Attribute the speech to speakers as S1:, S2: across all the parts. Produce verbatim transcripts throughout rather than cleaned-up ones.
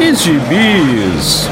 S1: de Gibis.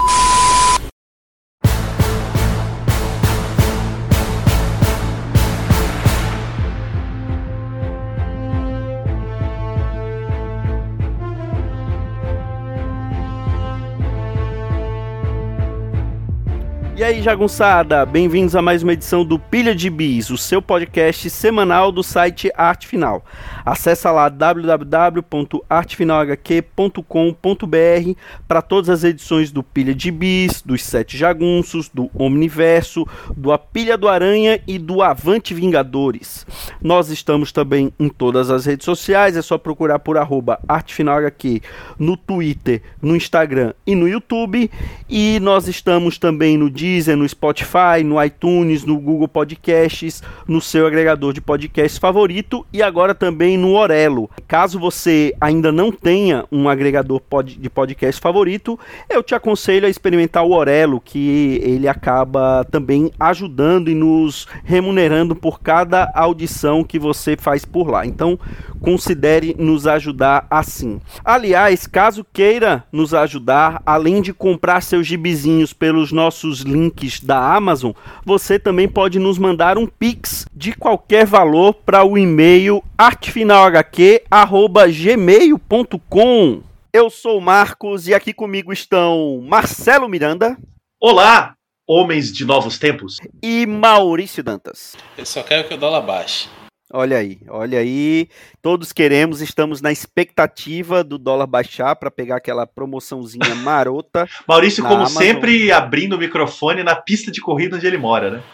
S2: E aí, jagunçada, bem-vindos a mais uma edição do Pilha de Bis, o seu podcast semanal do site Arte Final. Acesse lá w w w ponto arte final h q ponto com ponto b r para todas as edições do Pilha de Bis, dos Sete Jagunços, do Omniverso, do A Pilha do Aranha e do Avante Vingadores. Nós estamos também em todas as redes sociais, é só procurar por arroba artefinalhq no Twitter, no Instagram e no YouTube. E nós estamos também no Deezer, no Spotify, no iTunes, no Google Podcasts, no seu agregador de podcasts favorito e agora também no Orelo. Caso você ainda não tenha um agregador pod- de podcast favorito, eu te aconselho a experimentar o Orelo, que ele acaba também ajudando e nos remunerando por cada audição que você faz por lá. Então, considere nos ajudar assim. Aliás, caso queira nos ajudar, além de comprar seus gibizinhos pelos nossos links da Amazon, você também pode nos mandar um Pix de qualquer valor para o e-mail artefinalhq arroba gmail ponto com. Eu sou o Marcos e aqui comigo estão Marcelo Miranda.
S3: Olá, homens de novos tempos.
S2: E Maurício Dantas.
S4: Eu só quero que o dólar baixe.
S2: Olha aí, olha aí, todos queremos, estamos na expectativa do dólar baixar para pegar aquela promoçãozinha marota.
S3: Maurício, como
S2: Amazon.
S3: sempre, abrindo o microfone na pista de corrida onde ele mora, né?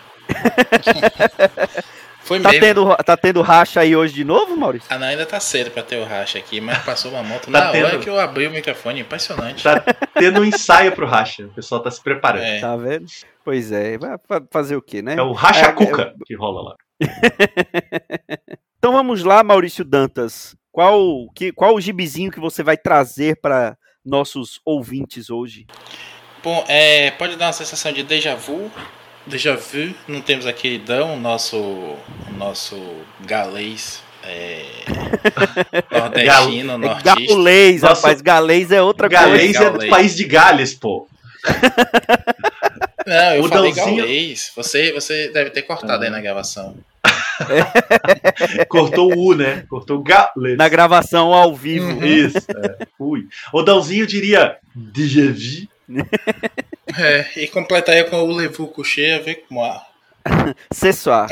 S4: Foi
S2: Tá
S4: mesmo.
S2: tendo, tá tendo racha aí hoje de novo, Maurício?
S4: Ah, não, ainda tá cedo pra ter o racha aqui, mas passou uma moto
S3: Tá
S4: na
S3: tendo.
S4: hora que eu abri o microfone, impressionante.
S3: Tá tendo um ensaio pro racha, o pessoal tá se preparando.
S4: É.
S3: É,
S2: Tá vendo? Pois é, vai fa- fazer o quê, né?
S3: o racha
S2: É,
S3: cuca que rola lá.
S2: Então vamos lá, Maurício Dantas. Qual, que, qual o gibizinho que você vai trazer para nossos ouvintes hoje?
S4: Bom, é, pode dar uma sensação de déjà vu. Déjà vu, não temos aqui Dão, o nosso, o nosso galês é, nordestino,
S2: É
S4: nortista.
S2: galês,
S3: Nossa,
S2: rapaz. Galês é outra
S3: Galês
S2: coisa.
S3: é do país de Gales, pô.
S4: Não, eu
S3: O
S4: falei
S3: Dãozinho-
S4: galês. Você, você deve ter cortado aí na gravação.
S3: Cortou o U, né? Cortou o Gales.
S2: Na gravação ao vivo.
S4: Uhum.
S3: Isso, é. Ui. O Dãozinho diria déjà vu.
S4: É, e completaria com o Levu Couché, a ver como a.
S2: Cessoar.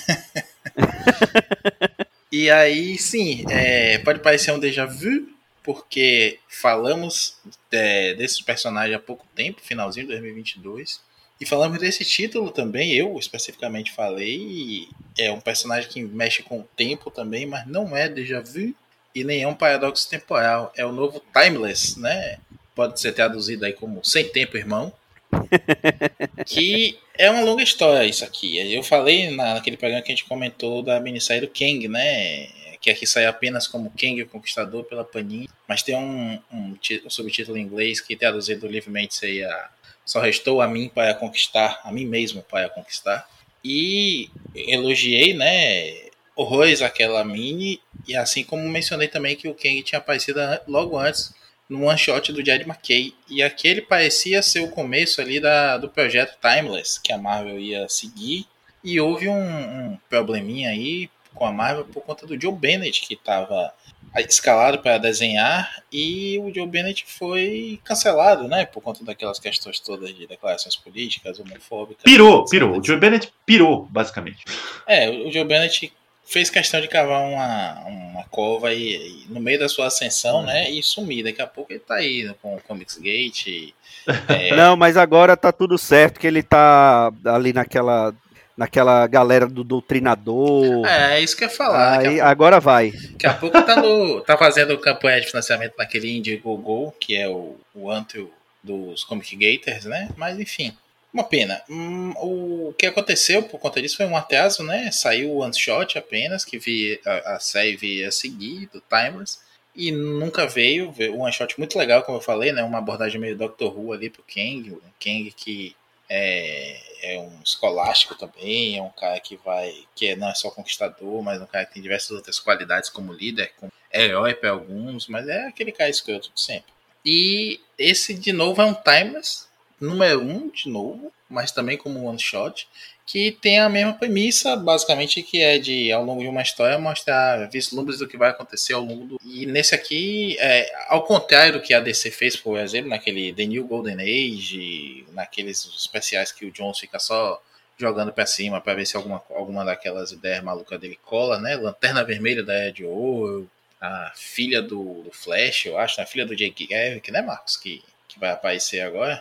S4: E aí, sim, é, pode parecer um déjà vu, porque falamos é, desses personagens há pouco tempo, finalzinho de dois mil e vinte e dois, e falamos desse título também, eu especificamente falei, e é um personagem que mexe com o tempo também, mas não é déjà vu e nem é um paradoxo temporal, é o novo Timeless, né? Pode ser traduzido aí como Sem Tempo, Irmão. Que é uma longa história isso aqui. Eu falei na, naquele programa que a gente comentou da minissérie do Kang, né? Que aqui sai apenas como Kang o Conquistador pela Panini. Mas tem um, um, ti- um subtítulo em inglês que traduzido livremente seria Só Restou a Mim para Conquistar, a mim mesmo para conquistar. E elogiei, né? Horrores aquela mini. E assim como mencionei também que o Kang tinha aparecido an- logo antes no one shot do Jed McKay. E aquele parecia ser o começo ali da, do projeto Timeless, que a Marvel ia seguir. E houve um, um probleminha aí com a Marvel por conta do Joe Bennett, que estava escalado para desenhar, e o Joe Bennett foi cancelado, né? Por conta daquelas questões todas de declarações políticas, homofóbicas.
S3: Pirou, pirou. O Joe Bennett pirou, basicamente.
S4: É, o Joe Bennett fez questão de cavar uma, uma cova e, e no meio da sua ascensão, né, e sumir. Daqui a pouco ele tá aí com o Comics Gate. E, é,
S2: Não, mas agora tá tudo certo, que ele tá ali naquela, naquela galera do doutrinador.
S4: é, é isso que eu ia falar. Daqui
S2: Aí,
S4: a pouco,
S2: agora vai.
S4: daqui a pouco tá, no, tá fazendo campanha de financiamento naquele Indiegogo, que é o, o antro dos Comic Gators, né? Mas enfim. Uma pena. Hum, o que aconteceu por conta disso foi um atraso, né? Saiu o one shot apenas, que vi, a, a série via seguir, do Timeless, e nunca veio. Veio um one shot muito legal, como eu falei, né? Uma abordagem meio Doctor Who ali pro Kang. Um Kang que é, é um escolástico também, é um cara que vai. Que não é só conquistador, mas um cara que tem diversas outras qualidades como líder, como herói para alguns, mas é aquele cara escroto de sempre. E esse, de novo, é um Timeless, número um, de novo, mas também como one shot, que tem a mesma premissa, basicamente, que é de, ao longo de uma história, mostrar vislumbres do que vai acontecer ao longo do... E nesse aqui, é, ao contrário do que a D C fez, por exemplo, naquele The New Golden Age, naqueles especiais que o Jones fica só jogando pra cima pra ver se alguma, alguma daquelas ideias malucas dele cola, né? Lanterna Vermelha da Era de Ouro, a filha do, do Flash, eu acho, a filha do Jake Garrick, né, Marcos? Que, que vai aparecer agora.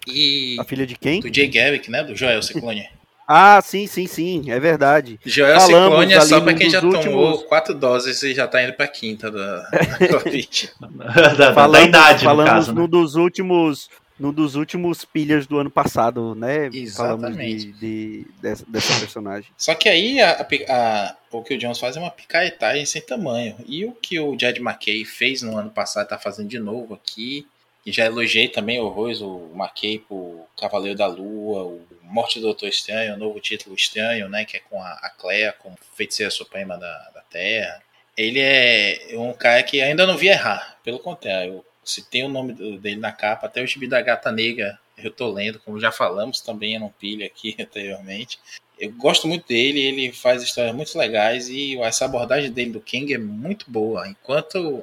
S4: E
S2: A filha de quem?
S4: do Jay Garrick, né? Do Joel Ciclone.
S2: Ah, sim, sim, sim, é verdade.
S4: Joel
S2: Falamos
S4: Ciclone é só
S2: ali
S4: pra
S2: num
S4: quem já
S2: dos
S4: tomou
S2: últimos-
S4: quatro doses e já tá indo pra quinta da, da Covid.
S3: da, da-
S2: Falamos,
S3: da idade, no
S2: falamos
S3: caso, né?
S2: num dos últimos, num dos últimos pilhas do ano passado, né? Falamos
S4: Exatamente.
S2: de, de- dessa, dessa personagem.
S4: Só que aí a, a- a- o que o Jones faz é uma picaretagem sem tamanho. E o que o Jed McKay fez no ano passado, tá fazendo de novo aqui. E já elogiei também horrores o McKay por Cavaleiro da Lua, o Morte do Doutor Estranho, o novo título Estranho, né? Que é com a, a Clea como feiticeira suprema da, da Terra. Ele é um cara que ainda não vi errar. Pelo contrário, se tem o nome do- dele na capa, até o gibi da Gata Negra eu tô lendo, como já falamos também, eu não pilho aqui anteriormente. Eu gosto muito dele, ele faz histórias muito legais e essa abordagem dele do King é muito boa. Enquanto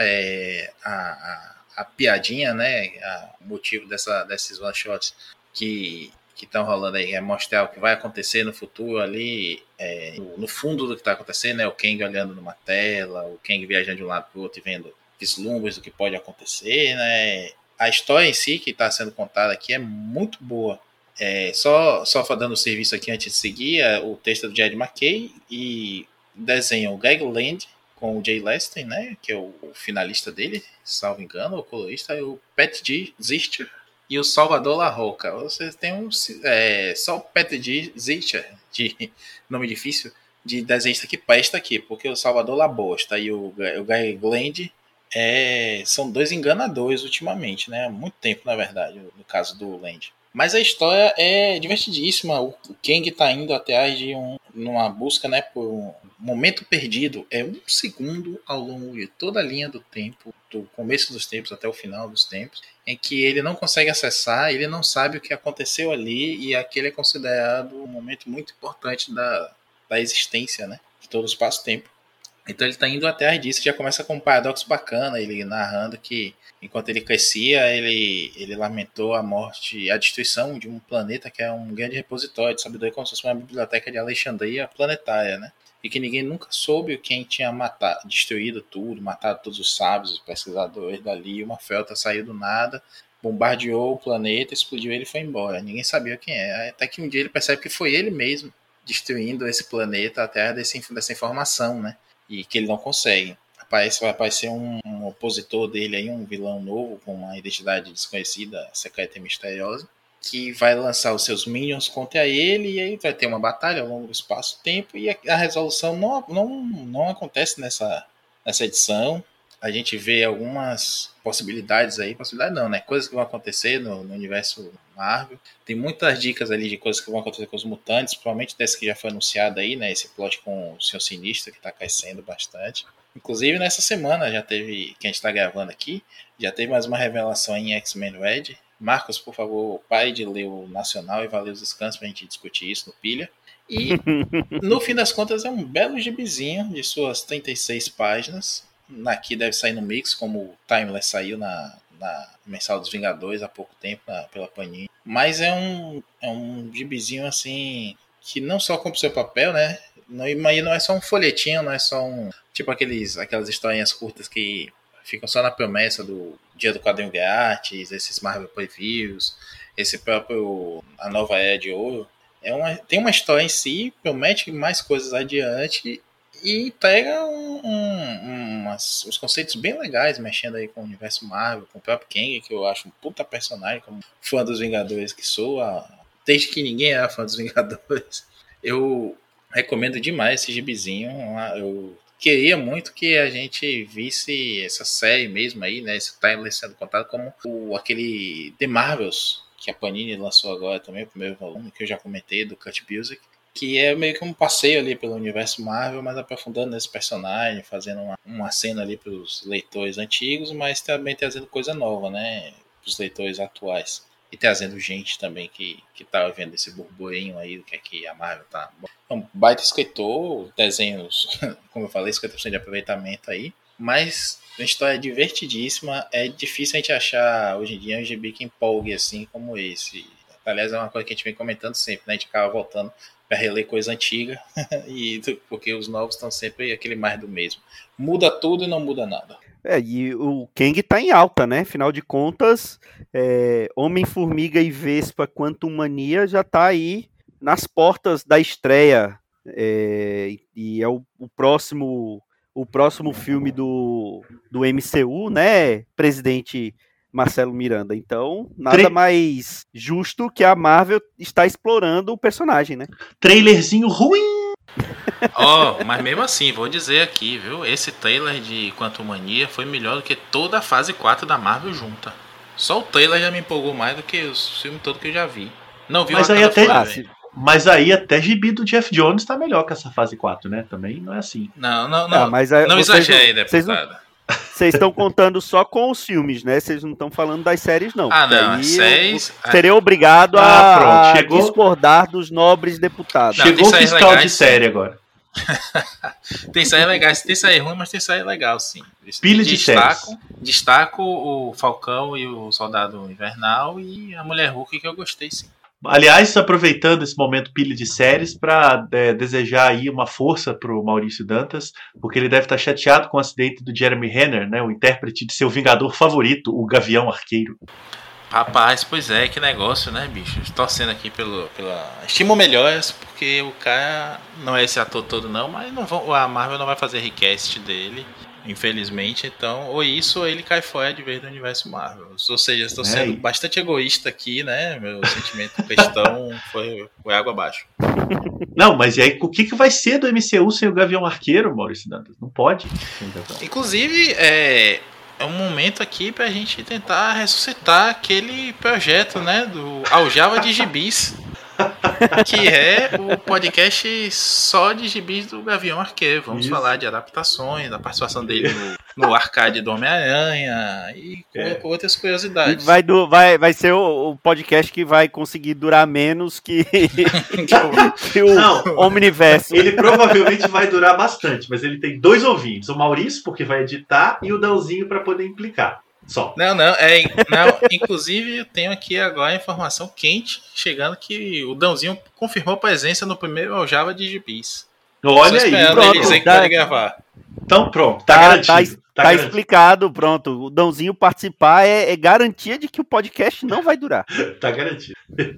S4: é, a, a, a piadinha, né, a, o motivo dessa, desses one shots que que estão rolando aí é mostrar o que vai acontecer no futuro ali, é, no, no fundo do que está acontecendo, né, o Kang olhando numa tela, o Kang viajando de um lado para o outro e vendo vislumbres do que pode acontecer, né. A história em si que está sendo contada aqui é muito boa. É, só, só dando o serviço aqui antes de seguir, é, o texto é do Jed McKay e desenha o Greg Land com o Jay Lester, né, que é o, o finalista dele, salvo engano, o colorista é o Pat G. Zichter e o Salvador La Roca. Vocês têm um, é, só o Pat G. Zichter, de nome difícil, de desenhista que presta aqui, porque o Salvador La Bosta e o, o Greg Land é, são dois enganadores ultimamente, né? Há muito tempo, na verdade, no caso do Land. Mas a história é divertidíssima. O Kang tá indo atrás de um, numa busca, né, por um momento perdido. É um segundo ao longo de toda a linha do tempo, do começo dos tempos até o final dos tempos, em que ele não consegue acessar, ele não sabe o que aconteceu ali, e aquele é considerado um momento muito importante da, da existência, né, de todo o espaço-tempo. Então ele está indo atrás disso, já começa com um paradoxo bacana, ele narrando que enquanto ele crescia, ele, ele lamentou a morte, a destruição de um planeta que é um grande repositório de sabedoria, como se fosse uma biblioteca de Alexandria planetária, né? E que ninguém nunca soube quem tinha matado, destruído tudo, matado todos os sábios, os pesquisadores dali, uma frota saiu do nada, bombardeou o planeta, explodiu ele e foi embora. Ninguém sabia quem é. Até que um dia ele percebe que foi ele mesmo destruindo esse planeta até dessa, dessa informação, né? E que ele não consegue. Aparece, vai aparecer um, um opositor dele aí, um vilão novo com uma identidade desconhecida, secreta e misteriosa, que vai lançar os seus minions contra ele, e aí vai ter uma batalha ao longo do espaço-tempo, e a, a resolução não, não, não acontece nessa, nessa edição. A gente vê algumas possibilidades aí, possibilidade não, né? Coisas que vão acontecer no, no universo Marvel. Tem muitas dicas ali de coisas que vão acontecer com os mutantes, provavelmente dessa que já foi anunciada aí, né? Esse plot com o Senhor Sinistro, que tá crescendo bastante. Inclusive, nessa semana já teve, que a gente tá gravando aqui, já teve mais uma revelação em X-Men Red. Marcos, por favor, pare de ler o Nacional e valeu os descansos pra gente discutir isso no Pilha. E, no fim das contas, é um belo gibizinho de suas trinta e seis páginas. Aqui deve sair no Mix, como o Timeless saiu na, na Mensal dos Vingadores há pouco tempo, na, pela Panini. Mas é um, é um gibizinho, assim, que não só cumpre o seu papel, né? Não, e não é só um folhetinho, não é só um... Tipo aqueles, aquelas historinhas curtas que ficam só na promessa do Dia do Quadrinho Grátis, esses Marvel Previews, esse próprio A Nova Era de Ouro. É uma, tem uma história em si, promete mais coisas adiante e entrega um, um, umas, uns conceitos bem legais, mexendo aí com o universo Marvel, com o próprio Kang, que eu acho um puta personagem, como fã dos Vingadores que sou, a, desde que ninguém era fã dos Vingadores. Eu recomendo demais esse gibizinho. Eu queria muito que a gente visse essa série mesmo aí, né? Esse Timeless sendo contado como o, aquele The Marvels, que a Panini lançou agora também, o primeiro volume, que eu já comentei, do Kurt Busiek, que é meio que um passeio ali pelo universo Marvel, mas aprofundando nesse personagem, fazendo uma, uma cena ali para os leitores antigos, mas também trazendo coisa nova, né, para os leitores atuais. E trazendo gente também que, que tá vendo esse burburinho aí do que é que a Marvel tá. É um baita escritor, desenhos, como eu falei, cinquenta por cento de aproveitamento aí, mas uma história divertidíssima. É difícil a gente achar hoje em dia um gibi que empolgue assim como esse. Aliás, é uma coisa que a gente vem comentando sempre, né? A gente acaba voltando para reler coisa antiga, e, porque os novos estão sempre aquele mais do mesmo. Muda tudo e não muda nada.
S2: É, e o Kang tá em alta, né? Afinal de contas, é, Homem-Formiga e Vespa Quantumania já tá aí nas portas da estreia. É, e é o, o próximo o próximo filme do, do M C U, né, presidente Marcelo Miranda. Então, nada Tra- mais justo que a Marvel está explorando o personagem, né?
S3: Trailerzinho ruim!
S4: Ó, oh, mas mesmo assim, vou dizer aqui, viu? Esse trailer de Quantumania foi melhor do que toda a fase quatro da Marvel junta. Só o trailer já me empolgou mais do que os filmes todos que eu já vi. Não vi
S3: mas aí até ah, se... Mas aí até gibi do Jeff Jones tá melhor que essa fase quatro, né? Também não é assim.
S4: Não, não, não.
S2: Ah, mas aí,
S4: não exagere, deputado.
S2: Vocês estão contando só com os filmes, né? Vocês não estão falando das séries, não.
S4: Ah, não. As séries...
S2: Seria obrigado ah, a, pronto, chegou... a discordar dos nobres deputados.
S3: Não, chegou o fiscal legais, de série sim. Agora.
S4: Tem série legal, tem série ruim, mas tem série legal, sim.
S3: Pilha de
S4: destaco,
S3: séries.
S4: Destaco o Falcão e o Soldado Invernal e a Mulher Hulk, que eu gostei, sim.
S3: Aliás, aproveitando esse momento pilha de séries para é, desejar aí uma força para o Maurício Dantas, porque ele deve estar chateado com o acidente do Jeremy Renner, né, o intérprete de seu Vingador favorito, o Gavião Arqueiro.
S4: Rapaz, pois é, que negócio, né, bicho? Torcendo aqui pelo, pela... Estimo melhores, porque o cara não é esse ator todo não, mas não vão, a Marvel não vai fazer request dele, infelizmente, então, ou isso ou ele cai fora de vez do universo Marvel. Ou seja, estou sendo é. bastante egoísta aqui, né? Meu sentimento cristão foi, foi água abaixo.
S3: Não, mas e aí, o que, que vai ser do M C U sem o Gavião Arqueiro, Maurício Dantas? Não pode.
S4: Inclusive, é... É um momento aqui pra gente tentar ressuscitar aquele projeto, né, do Aljava de Gibis, que é o podcast só de gibis do Gavião Arqueiro. Vamos Isso. falar de adaptações, da participação dele no, no arcade do Homem-Aranha e com, é. com outras curiosidades.
S2: Vai, do, vai, vai ser o, o podcast que vai conseguir durar menos que, que o Não, Omniverso.
S3: Ele provavelmente vai durar bastante, mas ele tem dois ouvintes. O Maurício, porque vai editar, e o Dãozinho para poder implicar. Só.
S4: Não, não, é, não, inclusive eu tenho aqui agora a informação quente chegando que o Dãozinho confirmou a presença no primeiro Aljava de Gibis.
S3: Olha aí,
S4: pronto, ele dizer que tá, pode gravar.
S3: Então pronto, tá,
S2: tá
S3: garantido.
S2: Tá,
S3: tá,
S2: tá garantido. Explicado, pronto. O Dãozinho participar é, é garantia de que o podcast não vai durar.
S3: Tá garantido.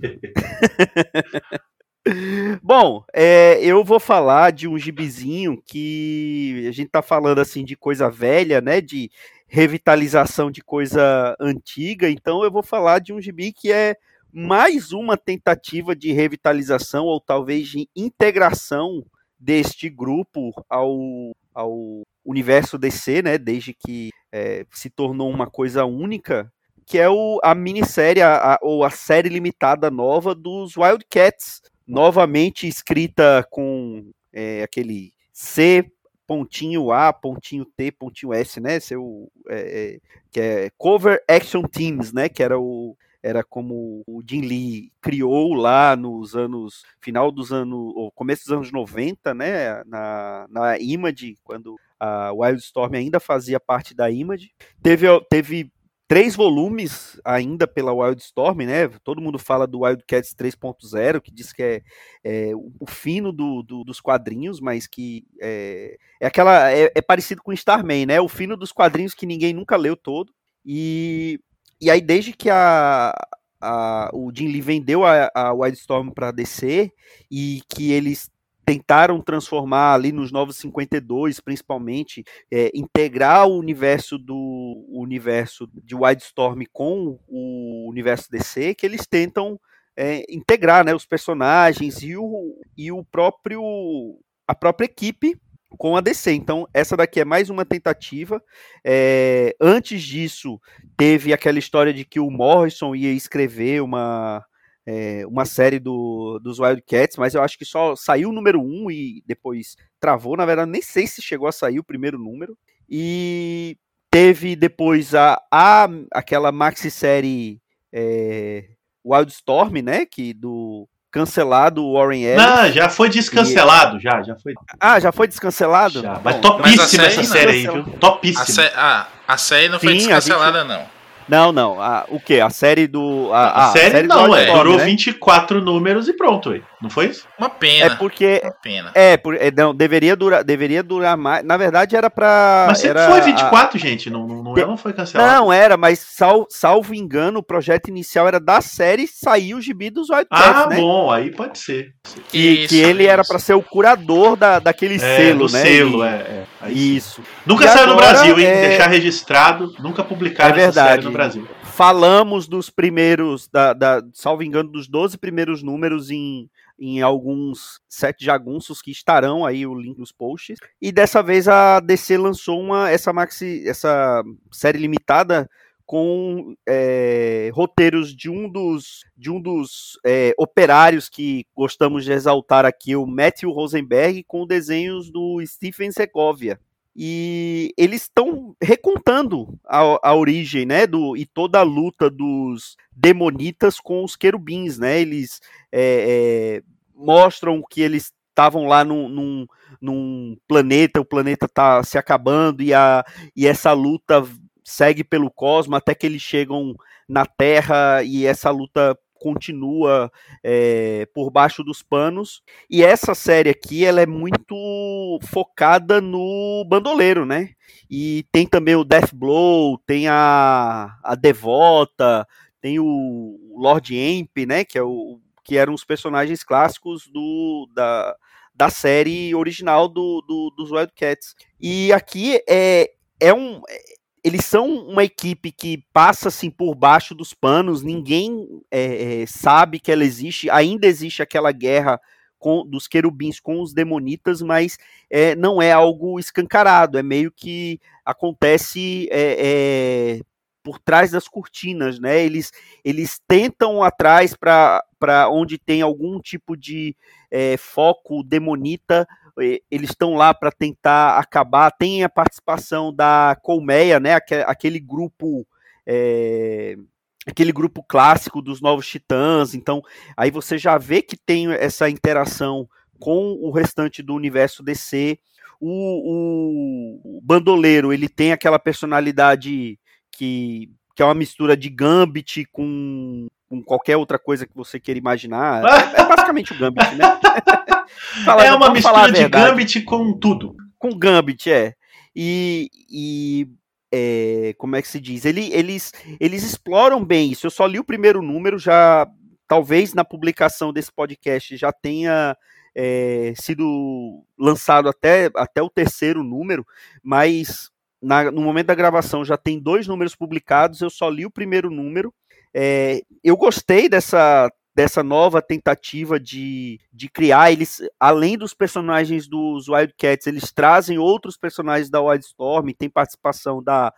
S2: Bom, é, eu vou falar de um gibizinho que a gente tá falando assim de coisa velha, né, de revitalização de coisa antiga, então eu vou falar de um gibi que é mais uma tentativa de revitalização ou talvez de integração deste grupo ao, ao universo D C, né, desde que é, se tornou uma coisa única, que é o, a minissérie a, a, ou a série limitada nova dos Wildcats, novamente escrita com é, aquele C pontinho A, pontinho T, pontinho S, né, seu, é, é, que é Cover Action Teams, né, que era o era como o Jim Lee criou lá nos anos, final dos anos, ou começo dos anos noventa, né, na, na Image, quando a Wildstorm ainda fazia parte da Image. Teve, teve três volumes ainda pela Wildstorm, né? Todo mundo fala do Wildcats três ponto zero, que diz que é, é o fino do, do, dos quadrinhos, mas que é, é aquela é, é parecido com Starman, né? O fino dos quadrinhos que ninguém nunca leu todo. E, e aí, desde que a, a, o Jim Lee vendeu a, a Wildstorm para D C e que eles tentaram transformar ali nos Novos cinquenta e dois, principalmente, é, integrar o universo do o universo de Wildstorm com o universo D C, que eles tentam é, integrar, né, os personagens e o, e o próprio a própria equipe com a D C. Então, essa daqui é mais uma tentativa. É, antes disso, teve aquela história de que o Morrison ia escrever uma é, uma série do, dos Wildcats, mas eu acho que só saiu o número um e depois travou. Na verdade, nem sei se chegou a sair o primeiro número. E teve depois a, a aquela maxi-série é, Wildstorm, né? Que do cancelado Warren Ellis.
S3: Não, já foi descancelado, e... já, já foi.
S2: Ah, já foi descancelado?
S3: Já, mas topíssima essa série aí, viu? Topíssima.
S4: A, sé... ah, a série não foi Sim, descancelada, gente... não.
S2: Não, não. A, o quê? A série do. A,
S3: a, a série, série não, é. Durou
S2: né?
S3: vinte e quatro números e pronto, ué. Não foi isso?
S4: Uma pena.
S2: É porque.
S4: Uma pena.
S2: É, por, é não, deveria, durar, deveria durar mais. Na verdade, era pra.
S3: Mas sempre
S2: era
S3: foi vinte e quatro,
S2: a...
S3: gente. Não, não, não, não foi cancelado.
S2: Não, era, mas sal, salvo engano, o projeto inicial era da série sair o gibi dos Wildcats,
S3: ah,
S2: né?
S3: Ah, bom, aí pode ser.
S2: Que,
S4: isso,
S2: que ele
S4: isso.
S2: era pra ser o curador da, daquele
S3: é,
S2: selo,
S3: do
S2: né?
S3: selo,
S2: e...
S3: é. é.
S2: Isso.
S3: Nunca
S2: e
S3: saiu
S2: agora,
S3: no Brasil, hein?
S2: É...
S3: Deixar registrado. Nunca publicaram
S2: é
S3: essa série no Brasil.
S2: Falamos dos primeiros, da, da, salvo engano, dos doze primeiros números em, em alguns sete jagunços que estarão aí o link nos posts. E dessa vez a D C lançou uma, essa, maxi, essa série limitada com é, roteiros de um dos, de um dos é, operários que gostamos de exaltar aqui, o Matthew Rosenberg, com desenhos do Stephen Segovia. E eles estão recontando a, a origem, né, do, e toda a luta dos demonitas com os querubins, né, eles é, é, mostram que eles estavam lá num, num, num planeta, o planeta está se acabando e, a, e essa luta segue pelo cosmos até que eles chegam na Terra e essa luta continua é, por baixo dos panos, e essa série aqui ela é muito focada no bandoleiro, né, e tem também o Death Blow, tem a, a Devota, tem o Lord Amp, né, que, é o, que eram os personagens clássicos do, da, da série original do, do, dos Wildcats, e aqui é, é um... eles são uma equipe que passa assim por baixo dos panos, ninguém é, é, sabe que ela existe, ainda existe aquela guerra com, dos querubins com os demonitas, mas é, não é algo escancarado, é meio que acontece é, é, por trás das cortinas, né? Eles, eles tentam atrás para onde tem algum tipo de é, foco demonita, eles estão lá para tentar acabar. Tem a participação da Colmeia, né? Aquele grupo, é, aquele grupo clássico dos Novos Titãs. Então, aí você já vê que tem essa interação com o restante do universo D C. O, o, o Bandoleiro, ele tem aquela personalidade que, que é uma mistura de Gambit com, com qualquer outra coisa que você queira imaginar. É, é basicamente o Gambit, né?
S3: Fala, é uma mistura de Gambit com tudo.
S2: Com Gambit, é. E, e é, como é que se diz? Ele, eles, eles exploram bem isso. Eu só li o primeiro número, já talvez na publicação desse podcast já tenha é, sido lançado até, até o terceiro número, mas na, no momento da gravação já tem dois números publicados, eu só li o primeiro número. É, eu gostei dessa... dessa nova tentativa de, de criar, eles, além dos personagens dos Wildcats, eles trazem outros personagens da Wildstorm, tem participação da,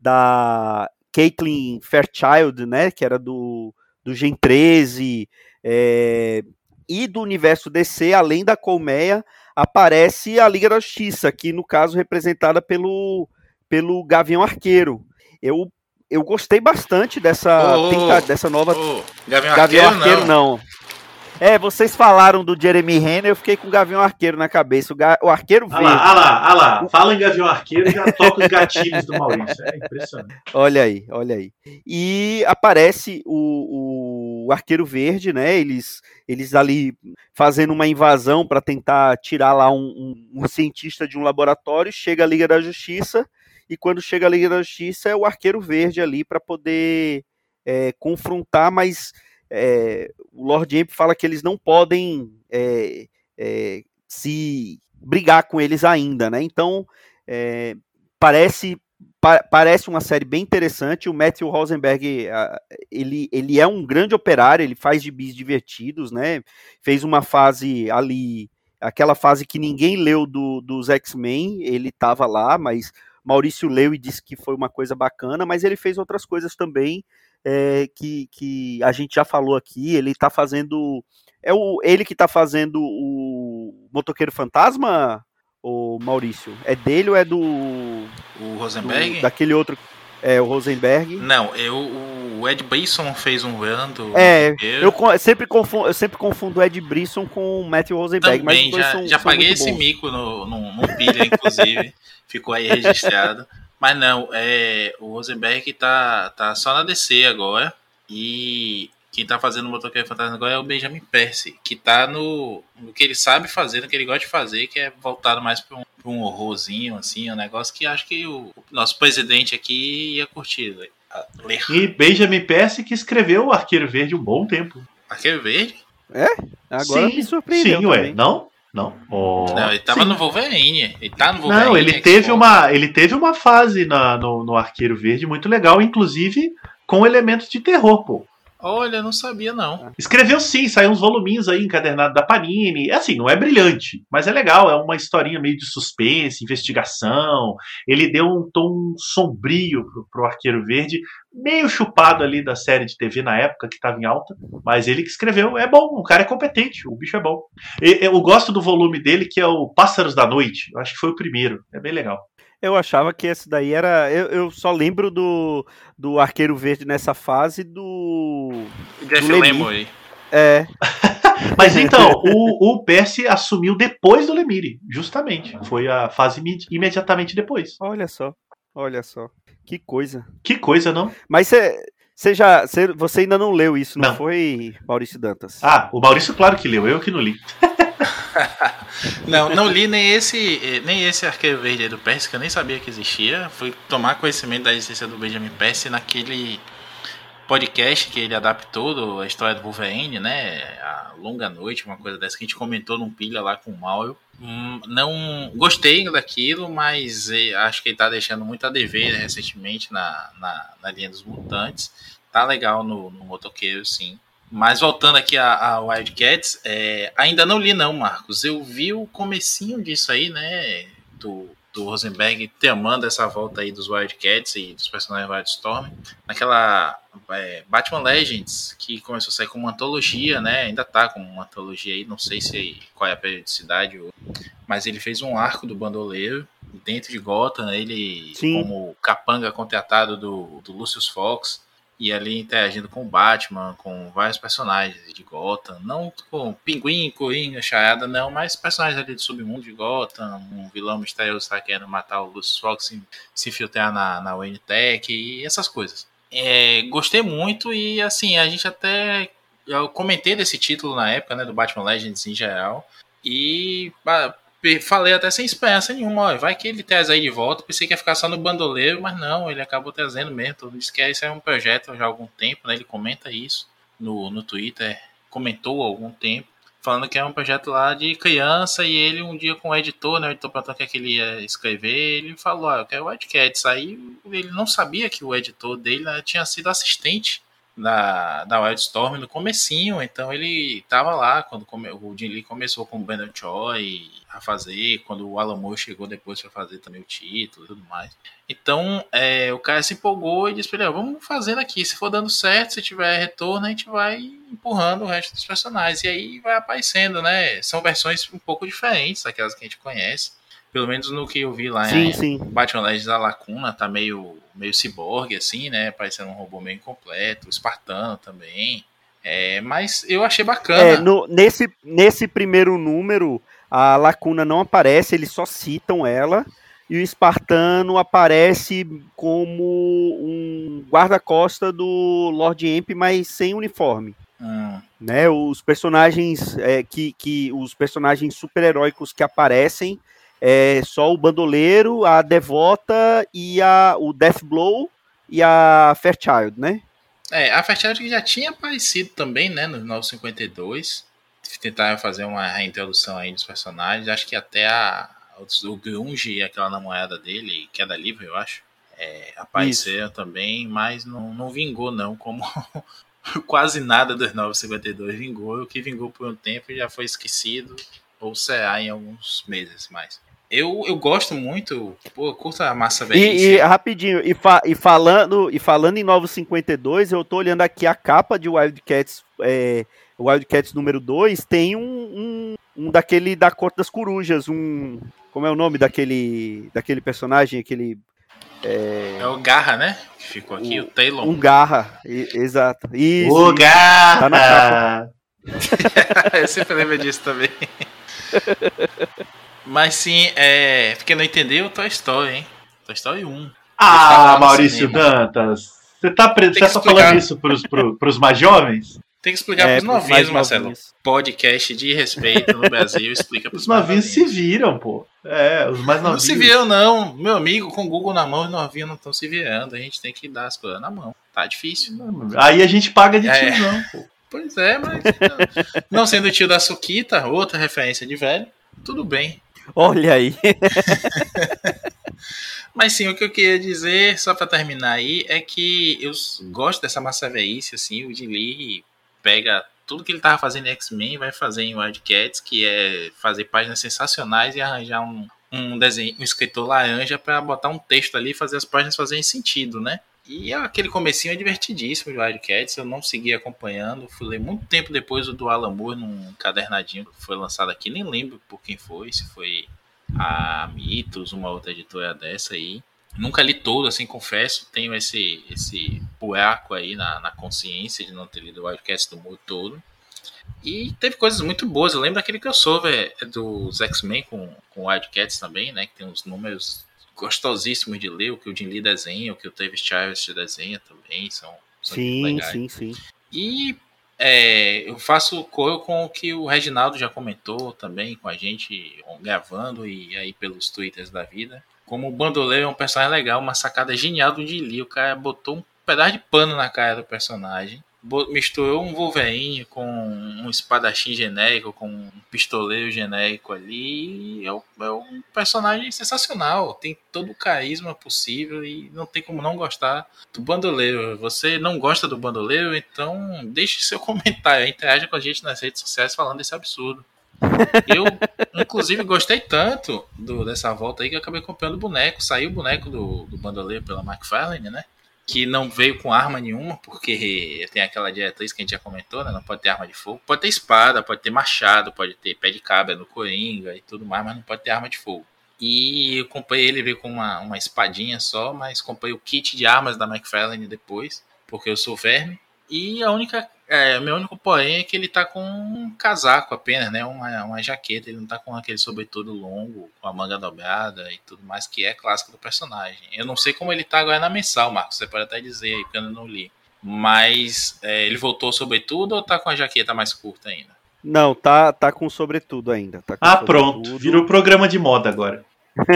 S2: da Caitlin Fairchild, né, que era do, do Gen treze, é, e do universo D C, além da Colmeia, aparece a Liga da Justiça, que no caso representada pelo, pelo Gavião Arqueiro. Eu Eu gostei bastante dessa,
S4: oh,
S2: tenta, dessa nova...
S4: Oh, Gavião,
S2: Gavião
S4: Arqueiro,
S2: Arqueiro não. não. É, vocês falaram do Jeremy Renner, eu fiquei com o Gavião Arqueiro na cabeça. O, ga... o Arqueiro
S3: verde. Ah lá, ah lá, ah lá. Fala em Gavião Arqueiro e já toca os gatilhos do Maurício. É impressionante.
S2: Olha aí, olha aí. E aparece o, o Arqueiro Verde, né? Eles, eles ali fazendo uma invasão para tentar tirar lá um, um, um cientista de um laboratório. Chega a Liga da Justiça. E quando chega a Liga da Justiça é o Arqueiro Verde ali para poder é, confrontar, mas é, o Lord Amp fala que eles não podem é, é, se brigar com eles ainda, né? Então é, parece, pa, parece uma série bem interessante. O Matthew Rosenberg ele, ele é um grande operário, ele faz gibis divertidos, né? Fez uma fase ali, aquela fase que ninguém leu do, dos X-Men, ele estava lá, mas Maurício leu e disse que foi uma coisa bacana, mas ele fez outras coisas também é, que, que a gente já falou aqui. Ele tá fazendo. É o, ele que tá fazendo o Motoqueiro Fantasma, o Maurício? É dele ou é do.
S4: O Rosenberg?
S2: Do, daquele outro. É, o Rosenberg.
S4: Não, eu, o Ed Brisson fez um run do.
S2: É, eu, eu, sempre confundo, eu sempre confundo o Ed Brisson com o Matthew Rosenberg.
S4: Também,
S2: mas
S4: já,
S2: são,
S4: já
S2: são
S4: paguei esse
S2: bons.
S4: mico no, no, no pilha, inclusive. Ficou aí registrado. Mas não, é, o Rosenberg tá, tá só na D C agora. E quem tá fazendo o Motoqueiro Fantasma agora é o Benjamin Percy, que tá no, no que ele sabe fazer, no que ele gosta de fazer, que é voltado mais pra um, pra um horrorzinho, assim, um negócio que acho que o, o nosso presidente aqui ia curtir ler.
S3: E Benjamin Percy que escreveu o Arqueiro Verde um bom tempo.
S4: Arqueiro Verde?
S2: É? Agora
S3: sim,
S2: me surpreendeu
S3: Sim, ué.
S2: também.
S3: Não? Não. Oh,
S4: não, ele tava
S3: sim.
S4: no Wolverine. Ele tá no Wolverine.
S3: Não, ele teve, uma, ele teve uma fase na, no, no Arqueiro Verde muito legal, inclusive com elementos de terror, pô.
S4: Olha, eu não sabia, não.
S3: Escreveu sim, saiu uns voluminhos aí encadernados da Panini. É assim, não é brilhante, mas é legal. É uma historinha meio de suspense, investigação. Ele deu um tom sombrio pro, pro Arqueiro Verde, meio chupado ali da série de T V na época, que estava em alta. Mas ele que escreveu, é bom, o cara é competente, o bicho é bom. E, eu gosto do volume dele, que é o Pássaros da Noite. Eu acho que foi o primeiro, é bem legal.
S2: Eu achava que esse daí era. Eu, eu só lembro do, do Arqueiro Verde nessa fase do.
S4: Jeff Lemire.
S2: É.
S3: Mas então, o, o Percy assumiu depois do Lemire, justamente. Foi a fase imediatamente depois.
S2: Olha só, olha só. Que coisa.
S3: Que coisa, não?
S2: Mas você já. Cê, você ainda não leu isso, não,
S3: não
S2: foi, Maurício Dantas?
S3: Ah, o Maurício, claro que leu, eu que não li.
S4: Não, não li nem esse, nem esse Arqueiro Verde aí do Percy, que eu nem sabia que existia. Fui tomar conhecimento da existência do Benjamin Percy naquele podcast que ele adaptou do, a história do Wolverine, né? A Longa Noite, uma coisa dessa que a gente comentou num pilha lá com o Mauro. Hum, não gostei daquilo, mas acho que ele tá deixando muito a dever recentemente na, na, na linha dos mutantes. Tá legal no, no Motoqueiro, sim. Mas voltando aqui a, a Wildcats, é, ainda não li não, Marcos. Eu vi o comecinho disso aí, né, do, do Rosenberg temando essa volta aí dos Wildcats e dos personagens Wildstorm, naquela é, Batman Legends, que começou a sair como uma antologia, né, ainda tá como uma antologia aí, não sei se qual é a periodicidade, mas ele fez um arco do Bandoleiro dentro de Gotham, ele Sim. como capanga contratado do, do Lucius Fox, e ali interagindo com o Batman, com vários personagens de Gotham, não com Pinguim, Coringa, Charada, não, mas personagens ali do submundo de Gotham, um vilão misterioso está querendo matar o Lucius Fox, se, se infiltrar na, na Wayne Tech e essas coisas. É, gostei muito e assim, a gente até, eu comentei desse título na época, né, do Batman Legends em geral, e falei até sem esperança nenhuma, ó, vai que ele traz aí de volta, pensei que ia ficar só no Bandoleiro, mas não, ele acabou trazendo mesmo, todo disse que esse é um projeto já há algum tempo, né, ele comenta isso no, no Twitter, comentou há algum tempo, falando que é um projeto lá de criança, e ele um dia com o editor, né, o editor perguntou o que, é que ele ia escrever, ele falou, ah, eu quero Wildcats, aí ele não sabia que o editor dele, né, tinha sido assistente da, da Wildstorm no comecinho, então ele tava lá quando come, o Jim Lee começou com o Brandon Choi a fazer, quando o Alan Moore chegou depois para fazer também o título e tudo mais. Então é, o cara se empolgou e disse pra ele, vamos fazendo aqui, se for dando certo, se tiver retorno, a gente vai empurrando o resto dos personagens, e aí vai aparecendo, né? São versões um pouco diferentes daquelas que a gente conhece. Pelo menos no que eu vi lá
S2: sim,
S4: em
S2: sim.
S4: Batman Legends da Lacuna, tá meio, meio ciborgue, assim, né? Parecendo um robô meio incompleto, espartano também. É, mas eu achei bacana.
S2: É, no, nesse, nesse primeiro número, a Lacuna não aparece, eles só citam ela. E o espartano aparece como um guarda-costa do Lord Emp, mas sem uniforme.
S4: Hum.
S2: Né? Os personagens é, que, que os personagens super-heróicos que aparecem é só o Bandoleiro, a Devota e a, o Deathblow e a Fairchild, né?
S4: É, a Fairchild já tinha aparecido também, né, no novecentos e cinquenta e dois. Tentaram fazer uma reintrodução aí dos personagens. Acho que até a, o Grunge e aquela namorada dele, que é da Livre, eu acho, é, apareceram Isso. também, mas não, não vingou não, como quase nada dos novecentos e cinquenta e dois vingou. O que vingou por um tempo já foi esquecido, ou será em alguns meses mais. Eu, eu gosto muito, pô, eu curto a massa
S2: E,
S4: velhice.
S2: e rapidinho, e, fa- e falando, e falando em Novos cinquenta e dois, eu tô olhando aqui a capa de Wildcats, é, Wildcats número dois, tem um, um, um daquele da Corte das Corujas, um... Como é o nome daquele, daquele personagem, aquele...
S4: É o Garra, né? Que ficou aqui, o, o Taylor.
S2: Um Garra, e, exato. Isso,
S3: O
S2: isso.
S3: Garra!
S2: Tá na capa.
S4: Eu sempre lembro disso também. Mas sim, é... Porque não entendeu Toy Story, hein? Toy Story um.
S3: Ah, Maurício Dantas, você tá, pre... você tá falando isso pros, pro, pros mais jovens?
S4: Tem que explicar
S2: É,
S4: pros
S2: pros
S4: novinhos,
S2: mais
S4: Marcelo.
S2: novinhos.
S4: Podcast de respeito no Brasil, explica pros
S3: Os novinhos
S4: mais
S3: se viram, pô. É, os mais
S4: Não
S3: novinhos.
S4: se viram, não. Meu amigo, com o Google na mão, os novinhos não estão se virando. A gente tem que dar as coisas na mão. Tá difícil.
S3: Aí a gente paga de
S4: É.
S3: tiozão, pô.
S4: Pois é, mas... Não sendo tio da Suquita, outra referência de velho, tudo bem.
S2: Olha aí.
S4: Mas sim, o que eu queria dizer, só pra terminar aí, é que eu gosto dessa massa velhice, assim, o Jim Lee pega tudo que ele tava fazendo em X-Men e vai fazer em Wildcats, que é fazer páginas sensacionais e arranjar um, um desenho, um escritor laranja pra botar um texto ali e fazer as páginas fazerem sentido, né? E aquele comecinho é divertidíssimo de Wildcats, eu não segui acompanhando, fui ler muito tempo depois o do Alan Moore num cadernadinho que foi lançado aqui, nem lembro por quem foi, se foi a Mitos, uma outra editora dessa aí. Nunca li todo, assim, confesso, tenho esse, esse buraco aí na, na consciência de não ter lido o Wildcats do Moore todo. E teve coisas muito boas, eu lembro daquele crossover dos X-Men com, com Wildcats também, né, que tem uns números gostosíssimos de ler, o que o Jim Lee desenha, o que o Travis Charest desenha também, são, são
S2: Sim,
S4: legais.
S2: sim, sim.
S4: E é, eu faço coro com o que o Reginaldo já comentou também com a gente, gravando e aí pelos twitters da vida. Como o Bandoleiro é um personagem legal, uma sacada genial do Jim Lee. O cara botou um pedaço de pano na cara do personagem, misturou um Wolverine com um espadachim genérico, com um pistoleiro genérico ali. É, é um personagem sensacional, tem todo o carisma possível e não tem como não gostar do Bandoleiro. Você não gosta do Bandoleiro, então deixe seu comentário, interaja com a gente nas redes sociais falando desse absurdo. Eu, inclusive, gostei tanto do, dessa volta aí que eu acabei comprando o boneco. Saiu o boneco do, do Bandoleiro pela McFarlane, né? Que não veio com arma nenhuma, porque tem aquela diretriz que a gente já comentou, né? Não pode ter arma de fogo. Pode ter espada, pode ter machado, pode ter pé de cabra no Coringa e tudo mais, mas não pode ter arma de fogo. E eu comprei ele, veio com uma, uma espadinha só, mas comprei o kit de armas da McFarlane depois, porque eu sou verme. E a única, é, meu único porém é que ele tá com um casaco apenas, né? Uma, uma jaqueta, ele não tá com aquele sobretudo longo, com a manga dobrada e tudo mais, que é clássico do personagem. Eu não sei como ele tá agora na mensal, Marcos, você pode até dizer aí, porque eu não li. Mas é, ele voltou sobretudo ou tá com a jaqueta mais curta ainda?
S2: Não, tá, tá com sobretudo ainda. Tá com
S3: Ah,
S2: sobretudo.
S3: pronto, virou programa de moda agora.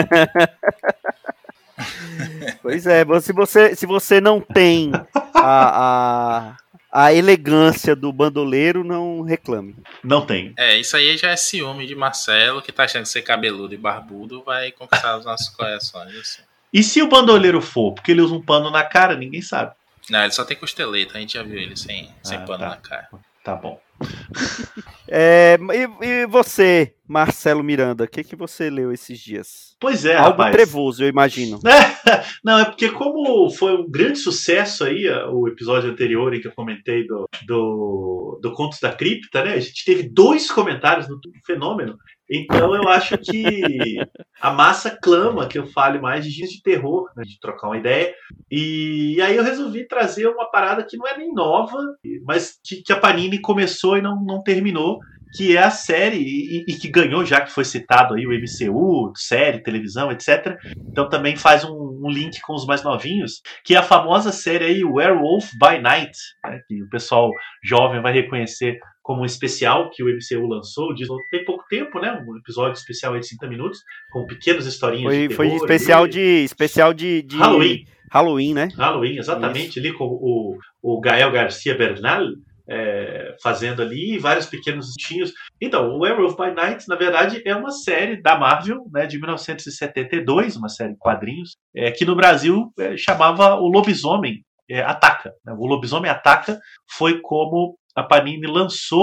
S2: Pois é, se você, se você não tem a, a, a elegância do bandoleiro, não reclame.
S3: Não tem.
S4: É, isso aí já é ciúme de Marcelo, que tá achando que ser cabeludo e barbudo vai conquistar os nossos corações. Assim.
S3: E se o bandoleiro for? Porque ele usa um pano na cara, ninguém sabe.
S4: Não, ele só tem costeleta, a gente já viu ele sem, sem
S3: Ah,
S4: pano
S3: tá.
S4: na cara.
S3: Tá bom.
S2: É, e, e você, Marcelo Miranda, o que, que você leu esses dias?
S3: Pois é,
S2: Algo
S3: rapaz.
S2: trevoso, eu imagino.
S3: Não, é porque como foi um grande sucesso aí o episódio anterior em que eu comentei do, do, do Contos da Cripta, né? A gente teve dois comentários no fenômeno. Então eu acho que a massa clama que eu fale mais de dias de terror, né, de trocar uma ideia. E aí eu resolvi trazer uma parada que não é nem nova, mas que, que a Panini começou e não, não terminou, que é a série, e, e que ganhou, já que foi citado aí o M C U, série, televisão, etcétera. Então também faz um, um link com os mais novinhos, que é a famosa série aí Werewolf by Night, né, que o pessoal jovem vai reconhecer como um especial que o M C U lançou, diz, tem pouco tempo, né? Um episódio especial aí de cinquenta minutos, com pequenas historinhas
S2: Foi,
S3: de
S2: foi
S3: terror.
S2: especial
S3: ali.
S2: de especial de, de
S3: Halloween.
S2: Halloween, né?
S3: Halloween, exatamente, ali com o, o Gael Garcia Bernal é, fazendo ali vários pequenos tinhos. Então, o Werewolf by Night, na verdade, é uma série da Marvel, né, de mil novecentos e setenta e dois, uma série de quadrinhos, é, que no Brasil é, chamava O Lobisomem é, Ataca. Né? O Lobisomem Ataca foi como a Panini lançou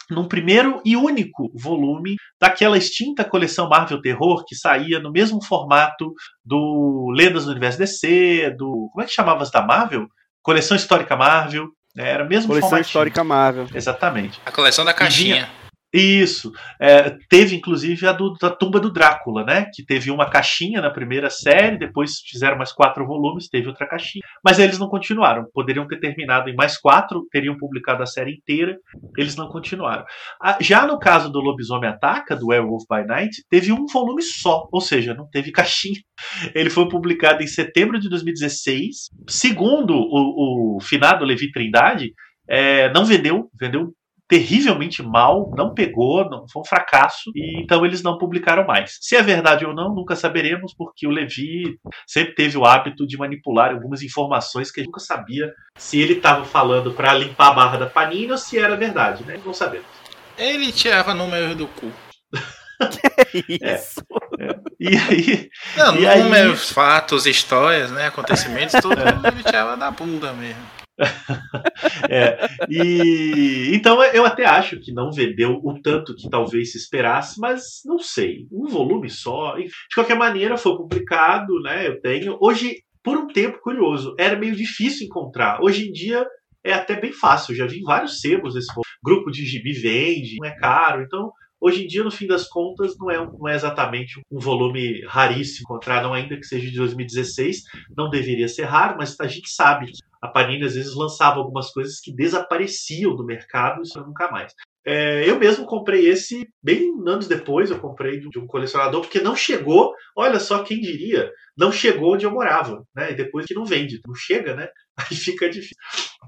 S3: num primeiro e único volume daquela extinta coleção Marvel Terror que saía no mesmo formato do Lendas do Universo D C, do... como é que chamava as da Marvel? Coleção Histórica Marvel, né? Era o mesmo
S2: Coleção
S3: formatinho.
S2: Histórica Marvel.
S3: Exatamente.
S4: A coleção da caixinha.
S3: Isso. É, teve, inclusive, a do, da Tumba do Drácula, né? Que teve uma caixinha na primeira série, depois fizeram mais quatro volumes, teve outra caixinha. Mas eles não continuaram. Poderiam ter terminado em mais quatro, teriam publicado a série inteira, eles não continuaram. Ah, já no caso do Lobisomem Ataca, do Werewolf by Night, teve um volume só, ou seja, não teve caixinha. Ele foi publicado em setembro de dois mil e dezesseis. Segundo o, o finado Levi Trindade, é, não vendeu, vendeu terrivelmente mal, não pegou, não, foi um fracasso, e então eles não publicaram mais. Se é verdade ou não, nunca saberemos, porque o Levi sempre teve o hábito de manipular algumas informações que a gente nunca sabia se ele estava falando para limpar a barra da Panini ou se era verdade, né? Não sabemos.
S4: Ele tirava números do cu.
S2: Isso.
S3: É, é. E aí...
S4: Não,
S3: e
S4: números,
S3: aí...
S4: fatos, histórias, né, acontecimentos, tudo é. Ele tirava da bunda mesmo.
S3: É, e então eu até acho que não vendeu o tanto que talvez se esperasse, mas não sei, um volume só. De qualquer maneira, foi publicado, né? Eu tenho. Hoje, por um tempo curioso, era meio difícil encontrar. Hoje em dia é até bem fácil. Eu já vi vários sebos esse grupo de gibi vende, não é caro, então. Hoje em dia, no fim das contas, não é, não é exatamente um volume raríssimo encontrar, não ainda que seja de dois mil e dezesseis, não deveria ser raro, mas a gente sabe que a Panini às vezes lançava algumas coisas que desapareciam do mercado, isso nunca mais. É, eu mesmo comprei esse, bem anos depois, eu comprei de um colecionador, porque não chegou, olha só quem diria, não chegou onde eu morava, né? E depois que não vende, não chega, né? Aí fica difícil.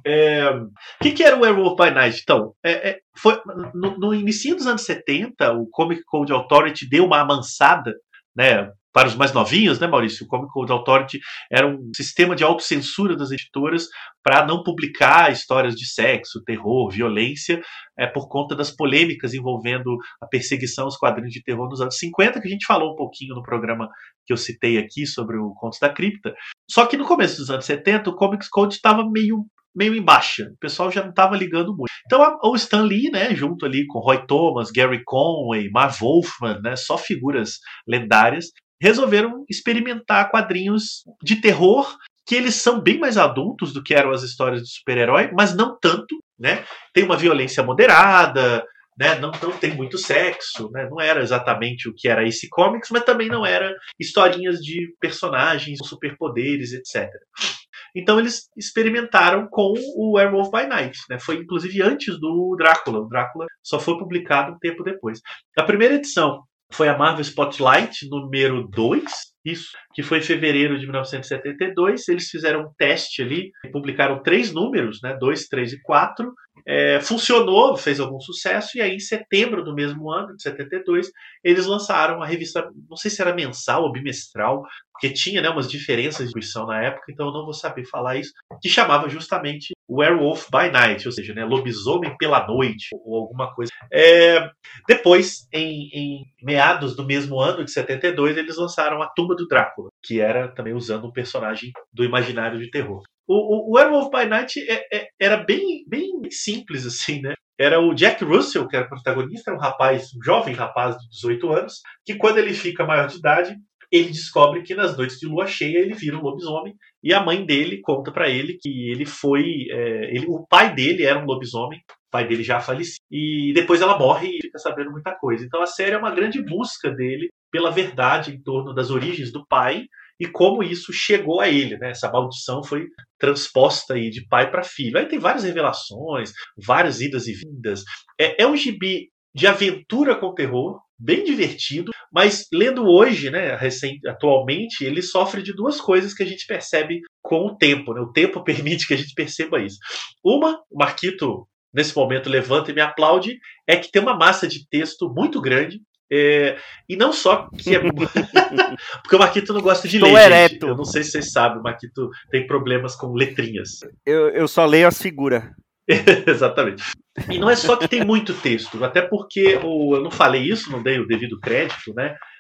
S3: É, o que, que era o Werewolf by Night? Então, é, é, foi, no, no início dos anos setenta, o Comic Code Authority deu uma amansada, né, para os mais novinhos, né, Maurício? O Comic Code Authority era um sistema de autocensura das editoras para não publicar histórias de sexo, terror, violência, é, por conta das polêmicas envolvendo a perseguição aos quadrinhos de terror nos anos cinquenta, que a gente falou um pouquinho no programa que eu citei aqui sobre o Contos da Cripta. Só que no começo dos anos setenta, o Comics Code estava meio meio em baixa, o pessoal já não estava ligando muito. Então a, o Stan Lee, né, junto ali com Roy Thomas, Gary Conway, Marv Wolfman, né, só figuras lendárias, resolveram experimentar quadrinhos de terror que eles são bem mais adultos do que eram as histórias de super-herói, mas não tanto, né? Tem uma violência moderada, né? Não, não tem muito sexo, né? Não era exatamente o que era esse Comics, mas também não era historinhas de personagens, superpoderes, etcétera. Então eles experimentaram com o Werewolf by Night, né? Foi inclusive antes do Drácula. O Drácula só foi publicado um tempo depois. A primeira edição foi a Marvel Spotlight número dois, isso, que foi em fevereiro de mil novecentos e setenta e dois. Eles fizeram um teste ali, publicaram três números, né, dois, três e quatro. É, funcionou, fez algum sucesso, e aí em setembro do mesmo ano, de setenta e dois, eles lançaram a revista, não sei se era mensal ou bimestral, porque tinha, né, umas diferenças de distribuição na época, então eu não vou saber falar isso, que chamava justamente Werewolf by Night, ou seja, né, lobisomem pela noite, ou alguma coisa. É, depois, em, em meados do mesmo ano, de setenta e dois, eles lançaram a Tumba do Drácula, que era também usando um personagem do imaginário de terror. O, o, o Werewolf by Night é, é, era bem, bem simples, assim, né? Era o Jack Russell, que era o protagonista, um rapaz, um jovem rapaz de dezoito anos, que quando ele fica maior de idade, ele descobre que nas noites de lua cheia ele vira um lobisomem, e a mãe dele conta pra ele que ele foi... É, ele, o pai dele era um lobisomem, o pai dele já faleceu, e depois ela morre e fica sabendo muita coisa. Então a série é uma grande busca dele pela verdade em torno das origens do pai, e como isso chegou a ele, né? Essa maldição foi transposta aí de pai para filho. Aí tem várias revelações, várias idas e vindas. É, é um gibi de aventura com terror, bem divertido, mas lendo hoje, né, recente, atualmente, ele sofre de duas coisas que a gente percebe com o tempo, né? O tempo permite que a gente perceba isso. Uma, o Marquito, nesse momento, levanta e me aplaude, é que tem uma massa de texto muito grande. É, e não só que é porque o Marquito não gosta de
S2: Estou
S3: ler,
S2: ereto.
S3: gente. Eu não sei se vocês sabem, o Marquito tem problemas com letrinhas.
S2: Eu, eu só leio as figuras.
S3: Exatamente. E não é só que tem muito texto, até porque o, eu não falei isso, não dei o devido crédito, né?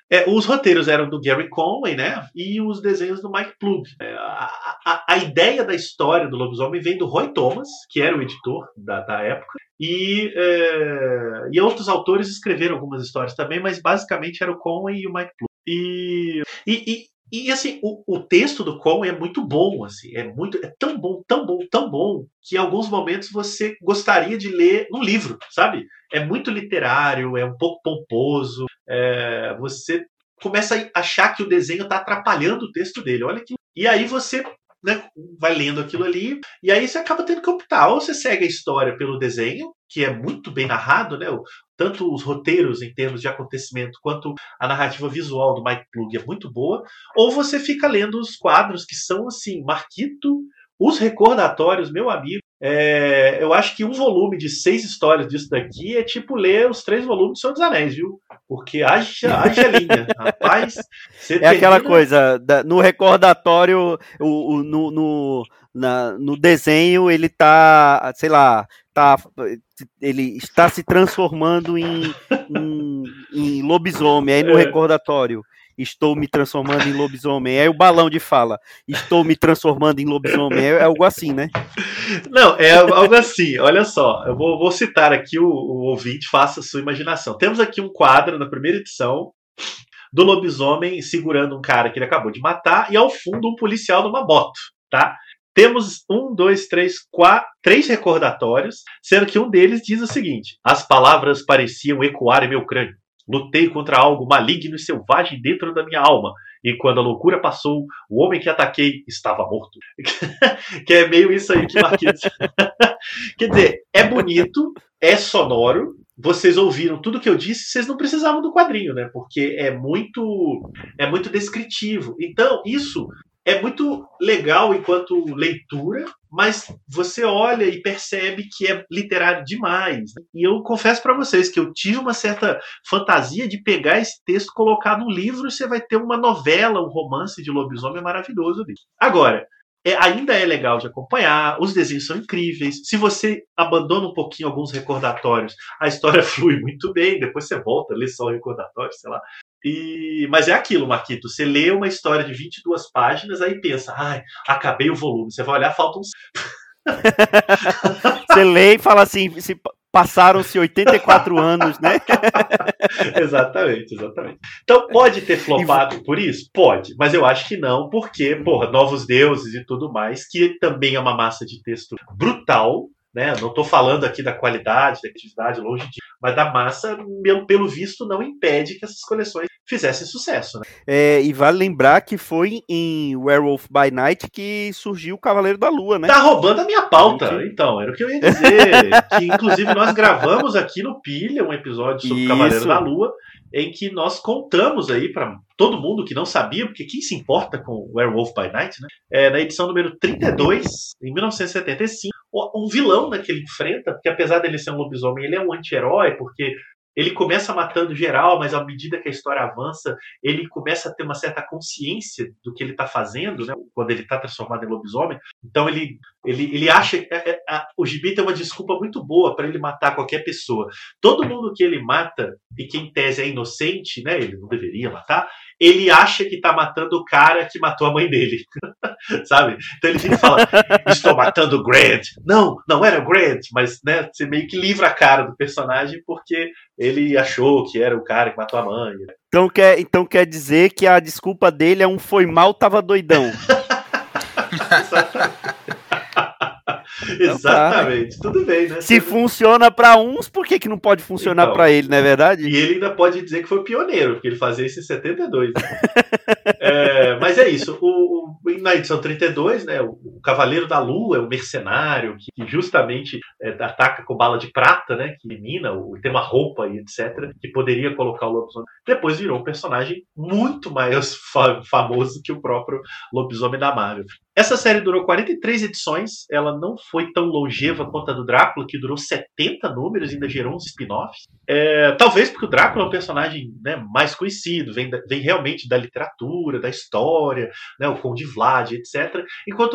S3: É, os roteiros eram do Gary Conway, né? E os desenhos do Mike Plug. É, a, a, a ideia da história do lobisomem vem do Roy Thomas, que era o editor da, da época, e, é, e outros autores escreveram algumas histórias também, mas basicamente era o Conway e o Mike Plug. E, e, e, e assim, o, o texto do Conway é muito bom, assim, é, muito, é tão bom, tão bom, tão bom, que em alguns momentos você gostaria de ler no livro, sabe? É muito literário, é um pouco pomposo, é, você começa a achar que o desenho está atrapalhando o texto dele. Olha que... E aí você, né, vai lendo aquilo ali, e aí você acaba tendo que optar. Ou você segue a história pelo desenho, que é muito bem narrado, né? Tanto os roteiros em termos de acontecimento, quanto a narrativa visual do Mike Plug é muito boa, ou você fica lendo os quadros que são, assim, Marquito, os recordatórios, meu amigo. É, eu acho que um volume de seis histórias disso daqui é tipo ler os três volumes do Senhor dos Anéis, viu? Porque haja, haja linha, rapaz. Você
S2: é
S3: termina...
S2: aquela coisa, da, no recordatório, o, o, no, no, na, no desenho, ele tá, sei lá, tá, ele está se transformando em, em, em lobisomem. Aí no
S3: É.
S2: recordatório, estou me transformando em lobisomem. Aí o balão de fala, estou me transformando em lobisomem. É algo assim, né?
S3: Não, é algo assim, olha só, eu vou, vou citar aqui o, o ouvinte, faça a sua imaginação. Temos aqui um quadro na primeira edição do lobisomem segurando um cara que ele acabou de matar e ao fundo um policial numa moto, tá? Temos um, dois, três, quatro, três recordatórios, sendo que um deles diz o seguinte: as palavras pareciam ecoar em meu crânio. Lutei contra algo maligno e selvagem dentro da minha alma. E quando a loucura passou, o homem que ataquei estava morto. Que é meio isso aí que Marquinhos... Quer dizer, é bonito, é sonoro. Vocês ouviram tudo que eu disse, vocês não precisavam do quadrinho, né? Porque é muito, é muito descritivo. Então, isso é muito legal enquanto leitura, mas você olha e percebe que é literário demais. E eu confesso para vocês que eu tive uma certa fantasia de pegar esse texto, colocar no livro, e você vai ter uma novela, um romance de lobisomem maravilhoso ali. Agora, é, ainda é legal de acompanhar, os desenhos são incríveis. Se você abandona um pouquinho alguns recordatórios, a história flui muito bem, depois você volta, lê só o recordatório, sei lá. E, mas é aquilo, Marquito, você lê uma história de vinte e duas páginas, aí pensa, ai, acabei o volume, você vai olhar, faltam uns...
S2: Você lê e fala assim, se passaram-se oitenta e quatro anos, né?
S3: Exatamente, exatamente. Então pode ter flopado por isso? Pode, mas eu acho que não, porque, porra, Novos Deuses e tudo mais, que também é uma massa de texto brutal, né? Não estou falando aqui da qualidade, da criatividade, longe disso, mas da massa, pelo visto, não impede que essas coleções fizessem sucesso. Né?
S2: É, e vale lembrar que foi em Werewolf by Night que surgiu o Cavaleiro da Lua, né?
S3: Tá roubando a minha pauta, então, era o que eu ia dizer. Que, inclusive, nós gravamos aqui no Pilha um episódio sobre o Cavaleiro da Lua, em que nós contamos aí para todo mundo que não sabia, porque quem se importa com Werewolf by Night, né? É, na edição número trinta e dois, em mil novecentos e setenta e cinco, um vilão né, que ele enfrenta, porque apesar dele ser um lobisomem, ele é um anti-herói, porque ele começa matando geral, mas à medida que a história avança, ele começa a ter uma certa consciência do que ele está fazendo, né, quando ele está transformado em lobisomem. Então ele, ele, ele acha que é, é, o gibi tem uma desculpa muito boa para ele matar qualquer pessoa. Todo mundo que ele mata, e que em tese é inocente, né, ele não deveria matar, ele acha que está matando o cara que matou a mãe dele. Sabe? Então ele fica e fala, estou matando o Grant. Não, não era o Grant, mas né, você meio que livra a cara do personagem porque ele achou que era o cara que matou a mãe.
S2: Então quer, então quer dizer que a desculpa dele é um foi mal, tava doidão.
S3: Exatamente, tudo bem, né?
S2: Se
S3: Você...
S2: funciona para uns, por que, que não pode funcionar
S3: então,
S2: para ele, não é verdade?
S3: E ele ainda pode dizer que foi pioneiro, porque ele fazia isso em setenta e dois. Né? é, mas é isso, o, o, na edição trinta e dois, né, o, o Cavaleiro da Lua é o mercenário que, que justamente é, ataca com bala de prata, né, que elimina, o, tem uma roupa e etcétera, que poderia colocar o lobisomem. Depois virou um personagem muito mais fa- famoso que o próprio lobisomem da Marvel. Essa série durou quarenta e três edições, ela não foi tão longeva quanto a do Drácula, que durou setenta números e ainda gerou uns spin-offs. É, talvez porque o Drácula é um personagem né, mais conhecido, vem, da, vem realmente da literatura, da história, né, o Conde Vlad, etcétera. Enquanto o Lobisomem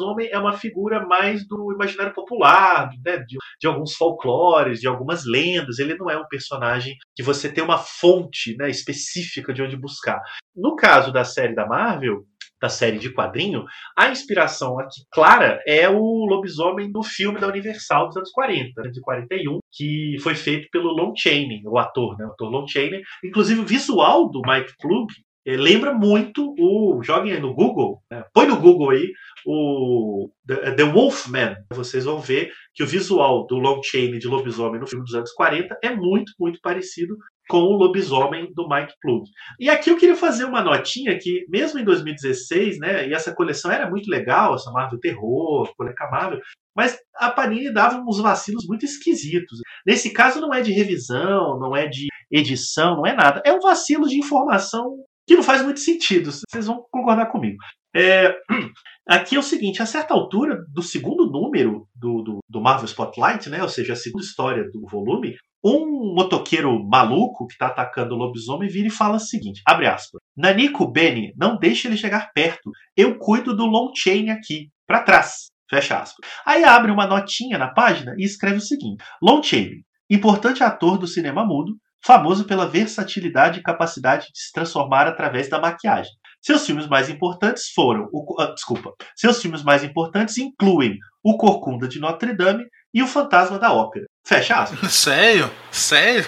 S3: lobisomem é uma figura mais do imaginário popular, né, de, de alguns folclores, de algumas lendas. Ele não é um personagem que você tem uma fonte, né, específica de onde buscar. No caso da série da Marvel, da série de quadrinho, a inspiração aqui clara é o lobisomem do filme da Universal dos anos quarenta, de quarenta e um, que foi feito pelo Lon Chaney, o ator, né, o ator Lon Chaney. Inclusive o visual do Mike Ploog eh, lembra muito o... Joguem aí no Google, né, põe no Google aí o The, The Wolfman. Vocês vão ver que o visual do Lon Chaney de lobisomem no filme dos anos quarenta é muito, muito parecido com o lobisomem do Mike Ploog. E aqui eu queria fazer uma notinha que, mesmo em dois mil e dezesseis, né, e essa coleção era muito legal, essa Marvel Terror, Coleca Marvel, mas a Panini dava uns vacilos muito esquisitos. Nesse caso não é de revisão, não é de edição, não é nada. É um vacilo de informação que não faz muito sentido. Vocês vão concordar comigo. É, aqui é o seguinte, a certa altura do segundo número do, do, do Marvel Spotlight, né, ou seja, a segunda história do volume, um motoqueiro maluco que está atacando o lobisomem vira e fala o seguinte, abre aspas, Nanico Benny, não deixe ele chegar perto, eu cuido do Lon Chaney aqui, para trás, fecha aspas. Aí abre uma notinha na página e escreve o seguinte, Lon Chaney, importante ator do cinema mudo, famoso pela versatilidade e capacidade de se transformar através da maquiagem. Seus filmes mais importantes foram, o, uh, desculpa, seus filmes mais importantes incluem O Corcunda de Notre Dame e O Fantasma da Ópera. Fecha aspas.
S4: Sério? Sério?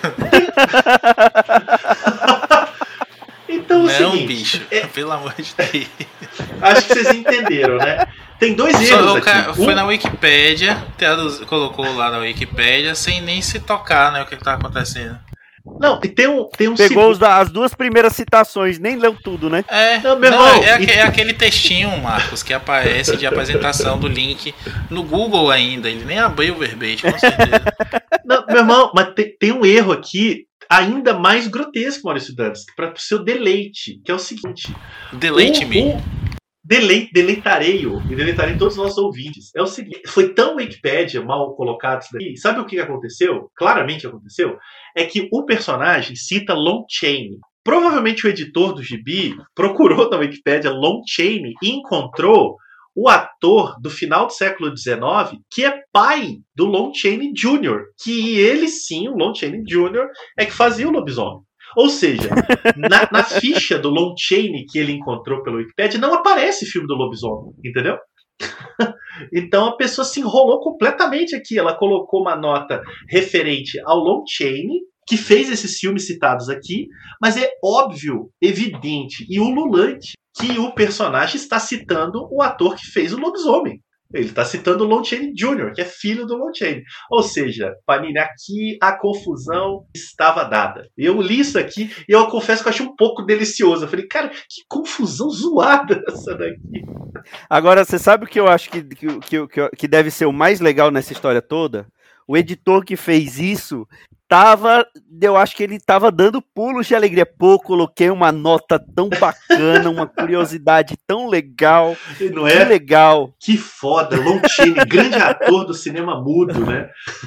S3: Então,
S4: não,
S3: o seguinte,
S4: bicho,
S3: é...
S4: pelo amor de Deus.
S3: Acho que vocês entenderam, né? Tem dois erros aqui.
S4: Cara, foi
S3: um...
S4: na Wikipédia, colocou lá na Wikipédia, sem nem se tocar, né, o que estava acontecendo.
S3: Não, e tem um, tem um
S2: Pegou segundo... as duas primeiras citações, nem leu tudo, né?
S4: É, não, meu não, irmão, é, e... é aquele textinho, Marcos, que aparece de apresentação do link no Google ainda. Ele nem abriu o verbete, com certeza.
S3: Não, meu irmão, mas tem, tem um erro aqui ainda mais grotesco, Maurício Dantas, para o seu deleite, que é o seguinte.
S4: Deleite-me.
S3: Deleite, deleitareio, e deleitarei todos os nossos ouvintes. É o seguinte, foi tão Wikipédia mal colocado isso daqui, sabe o que aconteceu? Claramente aconteceu, é que o personagem cita Lon Chaney. Provavelmente o editor do gibi procurou na Wikipédia Lon Chaney e encontrou o ator do final do século dezenove, que é pai do Lon Chaney Júnior, que ele sim, o Lon Chaney Júnior, é que fazia o lobisomem. Ou seja, na, na ficha do Lon Chaney que ele encontrou pelo Wikipedia, não aparece filme do lobisomem, entendeu? Então a pessoa se enrolou completamente aqui. Ela colocou uma nota referente ao Lon Chaney, que fez esses filmes citados aqui, mas é óbvio, evidente e ululante que o personagem está citando o ator que fez o lobisomem. Ele está citando o Lon Chaney Júnior, que é filho do Lon Chaney. Ou seja, Panini, aqui a confusão estava dada. Eu li isso aqui e eu confesso que eu achei um pouco delicioso. Eu falei, cara, que confusão zoada essa daqui.
S2: Agora, você sabe o que eu acho que, que, que, que deve ser o mais legal nessa história toda? O editor que fez isso tava, eu acho que ele tava dando pulos de alegria. Pô, coloquei uma nota tão bacana, uma curiosidade tão legal.
S3: Não é?
S2: Que legal.
S3: Que foda, Lon Chaney, grande ator do cinema mudo, né?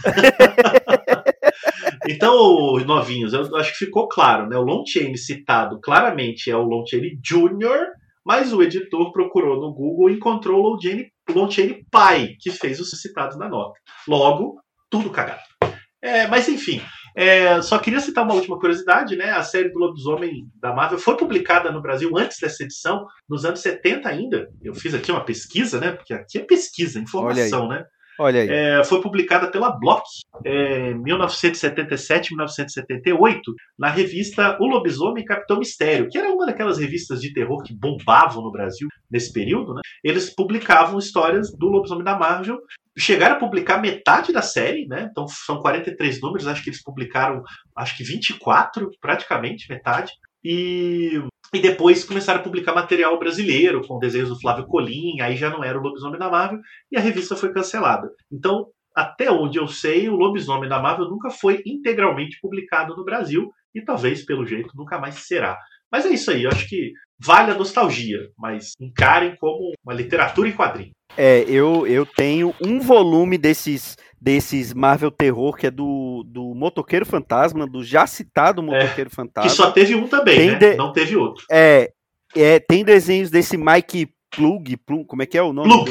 S3: Então, novinhos, eu acho que ficou claro, né? O Lon Chaney citado claramente é o Lon Chaney Júnior, mas o editor procurou no Google e encontrou o Lon Chaney, Lon Chaney pai, que fez os citados na nota. Logo, tudo cagado. É, mas enfim, é, só queria citar uma última curiosidade, né? A série do Lobisomem da Marvel foi publicada no Brasil antes dessa edição, nos anos setenta ainda. Eu fiz aqui uma pesquisa, né? Porque aqui é pesquisa, informação, né?
S2: Olha aí.
S3: É, foi publicada pela Block é, em mil novecentos e setenta e sete, mil novecentos e setenta e oito, na revista O Lobisomem e Capitão Mistério, que era uma daquelas revistas de terror que bombavam no Brasil nesse período, né? Eles publicavam histórias do Lobisomem da Marvel. Chegaram a publicar metade da série, né? Então são quarenta e três números, acho que eles publicaram acho que vinte e quatro, praticamente, metade. E, e depois começaram a publicar material brasileiro, com desenhos do Flávio Colim, aí já não era o Lobisomem da Marvel, e a revista foi cancelada. Então, até onde eu sei, o Lobisomem da Marvel nunca foi integralmente publicado no Brasil, e talvez, pelo jeito, nunca mais será. Mas é isso aí, eu acho que vale a nostalgia, mas encarem como uma literatura em quadrinho.
S2: É, eu, eu tenho um volume desses, desses Marvel Terror, que é do, do Motoqueiro Fantasma, do já citado Motoqueiro
S3: é,
S2: Fantasma.
S3: Que só teve um também,
S2: tem
S3: né?
S2: De...
S3: Não teve outro.
S2: É, é, tem desenhos desse Mike Ploog, Plug, como é que é o nome
S3: Plug.
S2: do...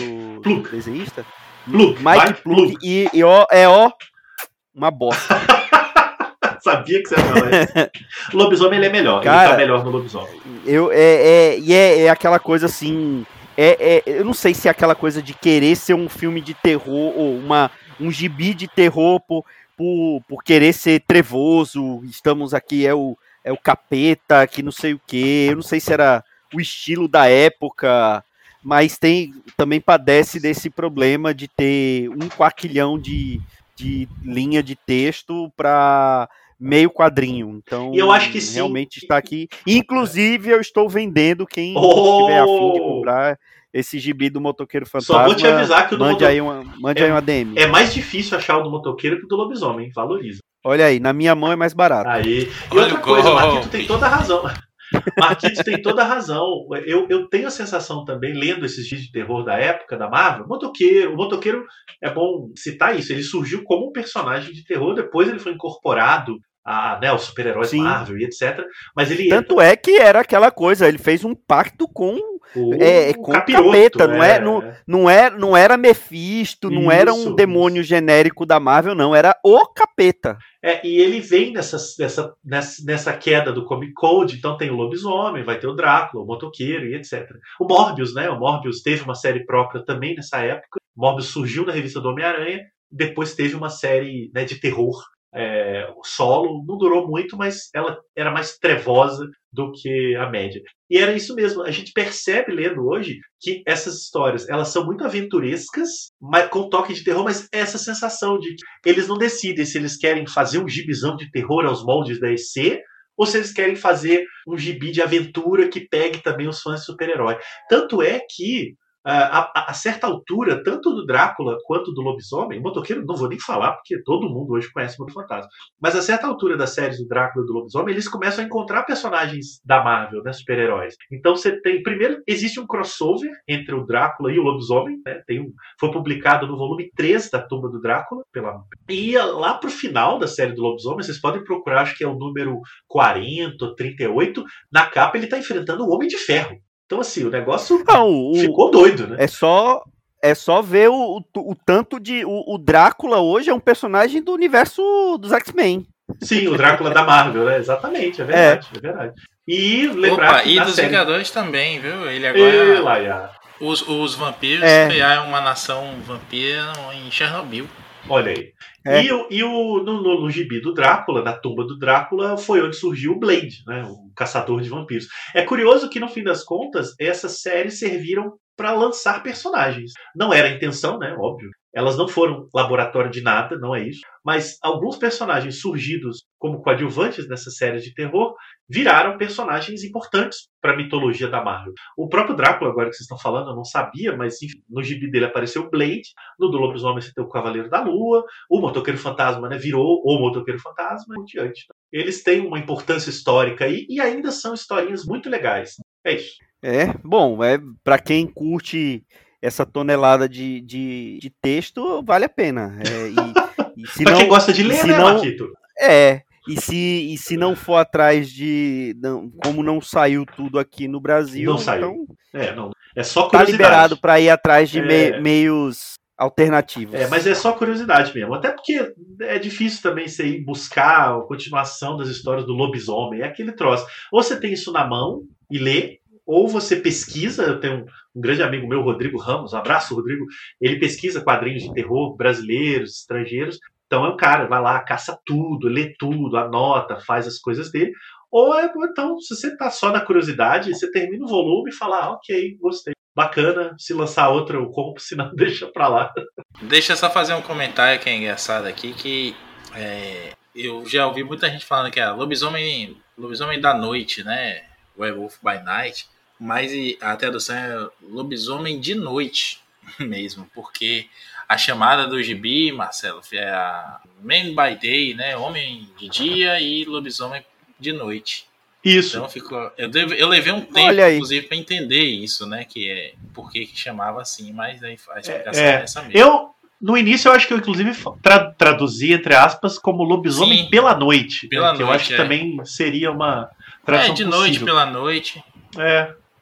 S3: Pluk.
S2: desenhista.
S3: Pluk,
S2: Mike, Mike Pluk. E, e ó, é ó, uma bosta.
S3: Sabia que você ia falar isso. Lobisomem ele é melhor,
S2: Cara,
S3: ele tá melhor no Lobisomem.
S2: Eu, é, é, e é, é aquela coisa assim, é, é, eu não sei se é aquela coisa de querer ser um filme de terror, ou uma, um gibi de terror por, por, por querer ser trevoso, estamos aqui, é o, é o capeta, que não sei o que, eu não sei se era o estilo da época, mas tem, também padece desse problema de ter um quaquilhão de, de linha de texto para meio quadrinho, então
S3: e eu acho que sim.
S2: Realmente está aqui. Inclusive, eu estou vendendo quem oh! estiver a fim de comprar esse gibi do Motoqueiro Fantasma.
S3: Só vou te avisar que o do
S2: mande
S3: moto...
S2: aí uma, mande
S3: é,
S2: aí uma D M.
S3: É mais difícil achar o do Motoqueiro que o do Lobisomem, valoriza.
S2: Olha aí, na minha mão é mais barato.
S3: Aí. E outra coisa, o Marquito tem toda a razão. Marquito tem toda a razão. Eu, eu tenho a sensação também, lendo esses vídeos de terror da época da Marvel, Motoqueiro, o Motoqueiro, é bom citar isso, ele surgiu como um personagem de terror, depois ele foi incorporado a, né, os super-heróis Marvel e etcétera. Mas ele
S2: Tanto entra... é que era aquela coisa, ele fez um pacto com o, é, com o capeta, não, é, é, não, não, é, não era Mephisto, isso, não era um demônio isso. genérico da Marvel, não, era o capeta.
S3: É, e ele vem nessa, nessa, nessa, nessa queda do Comic Code, então tem o Lobisomem, vai ter o Drácula, o Motoqueiro e etcétera. O Morbius, né? O Morbius teve uma série própria também nessa época. O Morbius surgiu na revista do Homem-Aranha, depois teve uma série, né, de terror é, solo, não durou muito, mas ela era mais trevosa do que a média. E era isso mesmo, a gente percebe lendo hoje que essas histórias, elas são muito aventurescas, mas com toque de terror, mas essa sensação de que eles não decidem se eles querem fazer um gibizão de terror aos moldes da E C, ou se eles querem fazer um gibi de aventura que pegue também os fãs de super-herói. Tanto é que A, a, a certa altura, tanto do Drácula quanto do Lobisomem, o Motoqueiro não vou nem falar, porque todo mundo hoje conhece o Motoqueiro Fantasma, mas a certa altura das séries do Drácula e do Lobisomem, eles começam a encontrar personagens da Marvel, né, super-heróis. Então você tem, primeiro, existe um crossover entre o Drácula e o Lobisomem, né, tem um, foi publicado no volume três da Tumba do Drácula, pela, e lá pro final da série do Lobisomem, vocês podem procurar, acho que é o número quarenta ou trinta e oito, na capa ele tá enfrentando o Homem de Ferro. Então, assim, o negócio não, o, ficou doido, né?
S2: É só, é só ver o, o, o tanto de... O, o Drácula hoje é um personagem do universo dos X-Men.
S3: Sim, o Drácula da Marvel, né? Exatamente, é verdade, é, é verdade. E lembrar
S4: Opa,
S3: que
S4: e dos
S3: série...
S4: Vingadores também, viu? Ele agora...
S3: E,
S4: os, os vampiros
S2: é.
S4: criaram uma nação vampira em Chernobyl.
S3: Olha aí. É. E, e o, no, no, no gibi do Drácula, na tumba do Drácula, foi onde surgiu o Blade, né, o caçador de vampiros. É curioso que, no fim das contas, essas séries serviram para lançar personagens. Não era a intenção, né, óbvio. Elas não foram laboratório de nada, não é isso. Mas alguns personagens surgidos como coadjuvantes nessas séries de terror viraram personagens importantes para a mitologia da Marvel. O próprio Drácula, agora que vocês estão falando, eu não sabia, mas enfim, no gibi dele apareceu o Blade, no do Lobisomem você tem o Cavaleiro da Lua, o Motoqueiro Fantasma, né, virou o Motoqueiro Fantasma e diante. Eles têm uma importância histórica aí e ainda são historinhas muito legais. É isso.
S2: É, bom, é para quem curte essa tonelada de, de, de texto, vale a pena. É, e, e se
S3: pra
S2: não,
S3: quem gosta de ler, né,
S2: não,
S3: Marquito?
S2: É, e se, e se não for atrás de... Não, como não saiu tudo aqui no Brasil,
S3: não saiu.
S2: Então
S3: é, não. É só
S2: tá
S3: curiosidade.
S2: liberado para ir atrás de
S3: é...
S2: me, meios alternativos.
S3: É, mas é só curiosidade mesmo. Até porque é difícil também você ir buscar a continuação das histórias do lobisomem. É aquele troço. Ou você tem isso na mão e lê, ou você pesquisa. Eu tenho um, um grande amigo meu, Rodrigo Ramos, um abraço, Rodrigo. Ele pesquisa quadrinhos de terror brasileiros, estrangeiros. Então é um cara, vai lá, caça tudo, lê tudo, anota, faz as coisas dele. Ou é, então, se você tá só na curiosidade, você termina o volume e fala, ah, ok, gostei. Bacana, se lançar outra eu compro, se não deixa pra lá.
S4: Deixa eu só fazer um comentário que é engraçado aqui, que é, eu já ouvi muita gente falando que é lobisomem, lobisomem da noite, né? Werewolf by Night, mas a tradução é lobisomem de noite mesmo, porque a chamada do gibi, Marcelo, é a Man by Day, né? Homem de dia e lobisomem de noite.
S3: Isso.
S4: Então ficou, eu, deve, eu levei um tempo, inclusive, para entender isso, né? Que é por que chamava assim, mas aí a explicação é, é essa mesmo.
S3: Eu, no início, eu acho que eu, inclusive, tra- traduzi, entre aspas, como lobisomem Sim, pela noite.
S4: Pela
S3: né,
S4: noite.
S3: Que eu acho
S4: é.
S3: que também seria uma tradução
S4: É, de
S3: possível.
S4: noite, pela noite.
S3: É.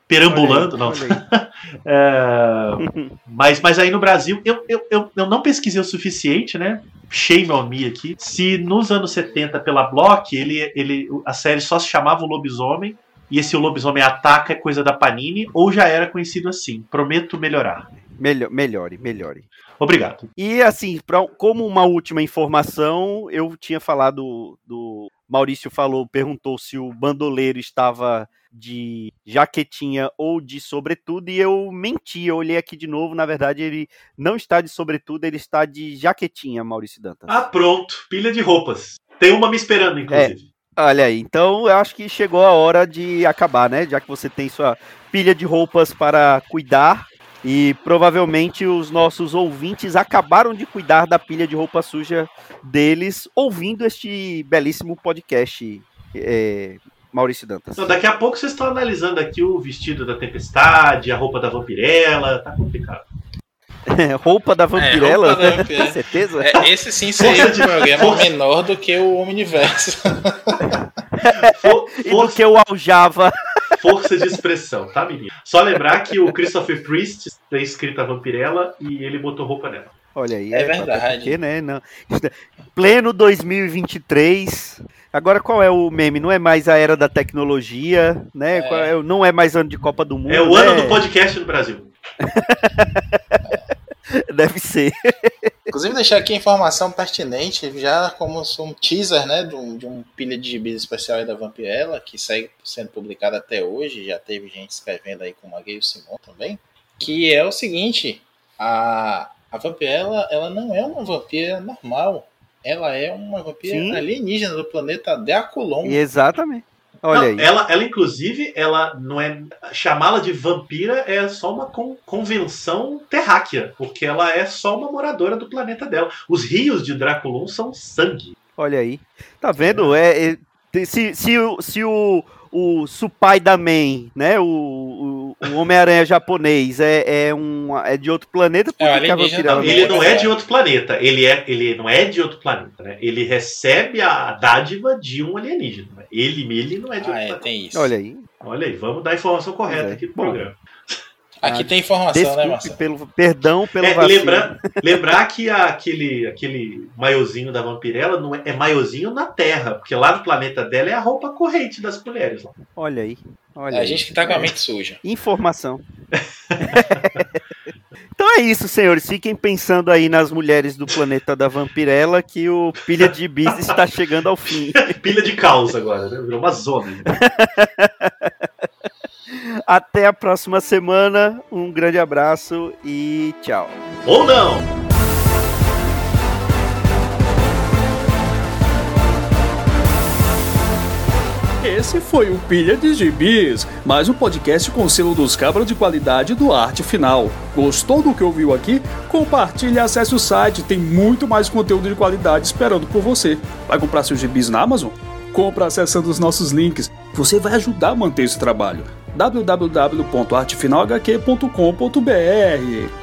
S3: perambulando,
S2: olha aí,
S3: não. é, mas, mas aí no Brasil, eu, eu, eu, eu não pesquisei o suficiente, né? Shame on me aqui. Se nos anos setenta, pela Block, ele, ele, a série só se chamava O Lobisomem, e esse O Lobisomem Ataca é coisa da Panini, ou já era conhecido assim. Prometo melhorar.
S2: Melhor, melhore, melhore.
S3: Obrigado.
S2: E assim, pra, como uma última informação, eu tinha falado do... Maurício falou, perguntou se o bandoleiro estava de jaquetinha ou de sobretudo, e eu menti, eu olhei aqui de novo, na verdade ele não está de sobretudo, ele está de jaquetinha, Maurício Dantas.
S3: Ah, pronto, pilha de roupas. Tem uma me esperando, inclusive.
S2: É, olha aí, então eu acho que chegou a hora de acabar, né, já que você tem sua pilha de roupas para cuidar, e provavelmente os nossos ouvintes acabaram de cuidar da pilha de roupa suja deles, ouvindo este belíssimo podcast, é, Maurício Dantas.
S3: Então, daqui a pouco vocês estão analisando aqui o vestido da Tempestade, a roupa da Vampirella, tá complicado.
S2: Roupa da Vampirella?
S4: É, roupa da Vampirella.
S2: Com certeza?
S4: É, esse sim seria um programa menor do que o Omniverso.
S3: For,
S2: e do que o Aljava.
S3: Força de expressão, tá, menino? Só lembrar que o Christopher Priest tem escrito a Vampirella e ele botou roupa nela.
S2: Olha aí.
S4: É, é verdade.
S2: Porque, né, não. Pleno dois mil e vinte e três. Agora qual é o meme? Não é mais a era da tecnologia, né?
S4: É.
S2: Qual é, não é mais ano de Copa do Mundo.
S3: É o
S2: né?
S3: ano do podcast no Brasil.
S2: Deve ser.
S4: Inclusive deixar aqui a informação pertinente, já como um teaser, né, de um, de um pilha de gibis especial aí da Vampirella, que segue sendo publicado até hoje, já teve gente escrevendo aí como a Gayle Simon também, que é o seguinte, a, a Vampirella, ela não é uma vampira normal, ela é uma vampira Sim. alienígena do planeta Draculon.
S2: Exatamente. Olha
S3: não,
S2: aí.
S3: Ela, ela, inclusive, ela não é. Chamá-la de vampira é só uma con- convenção terráquea, porque ela é só uma moradora do planeta dela. Os rios de Draculon são sangue.
S2: Olha aí. Tá vendo? É, é, se, se, o, se o, o Spider-Man, né? O, o, o Homem-Aranha japonês é, é, um, é de outro planeta, por
S4: é,
S2: que a vampira
S3: não, ele não é de outro planeta. Ele, é, ele não é de outro planeta, né? Ele recebe a dádiva de um alienígena. Né? Ele, ele não é de
S4: ah,
S3: outro
S4: é,
S3: planeta.
S4: Tem isso.
S2: Olha aí.
S3: Olha aí, vamos dar a informação correta é. aqui do
S2: Bom,
S3: programa.
S4: Aqui tem informação,
S2: Desculpe,
S4: né, Marcelo?
S2: Pelo, perdão pelo
S3: é,
S2: vacilo.
S3: Lembrar, lembrar que a, aquele, aquele maiozinho da Vampirella não é, é maiozinho na Terra, porque lá no planeta dela é a roupa corrente das mulheres. Lá.
S2: Olha aí. Olha
S4: é a
S2: aí.
S4: gente que tá com a mente suja.
S2: Informação. Então é isso, senhores. Fiquem pensando aí nas mulheres do planeta da Vampirella, que o Pilha de Bis está chegando ao fim.
S3: Pilha de caos agora, né? Virou uma zona.
S2: Até a próxima semana. Um grande abraço e tchau.
S3: Ou não!
S1: Esse foi o Pilha de Gibis, mais um podcast com o selo dos cabras de qualidade do Arte Final. Gostou do que ouviu aqui? Compartilhe e acesse o site, tem muito mais conteúdo de qualidade esperando por você. Vai comprar seus gibis na Amazon? Compra acessando os nossos links, você vai ajudar a manter esse trabalho. w w w ponto arte final h q ponto com ponto b r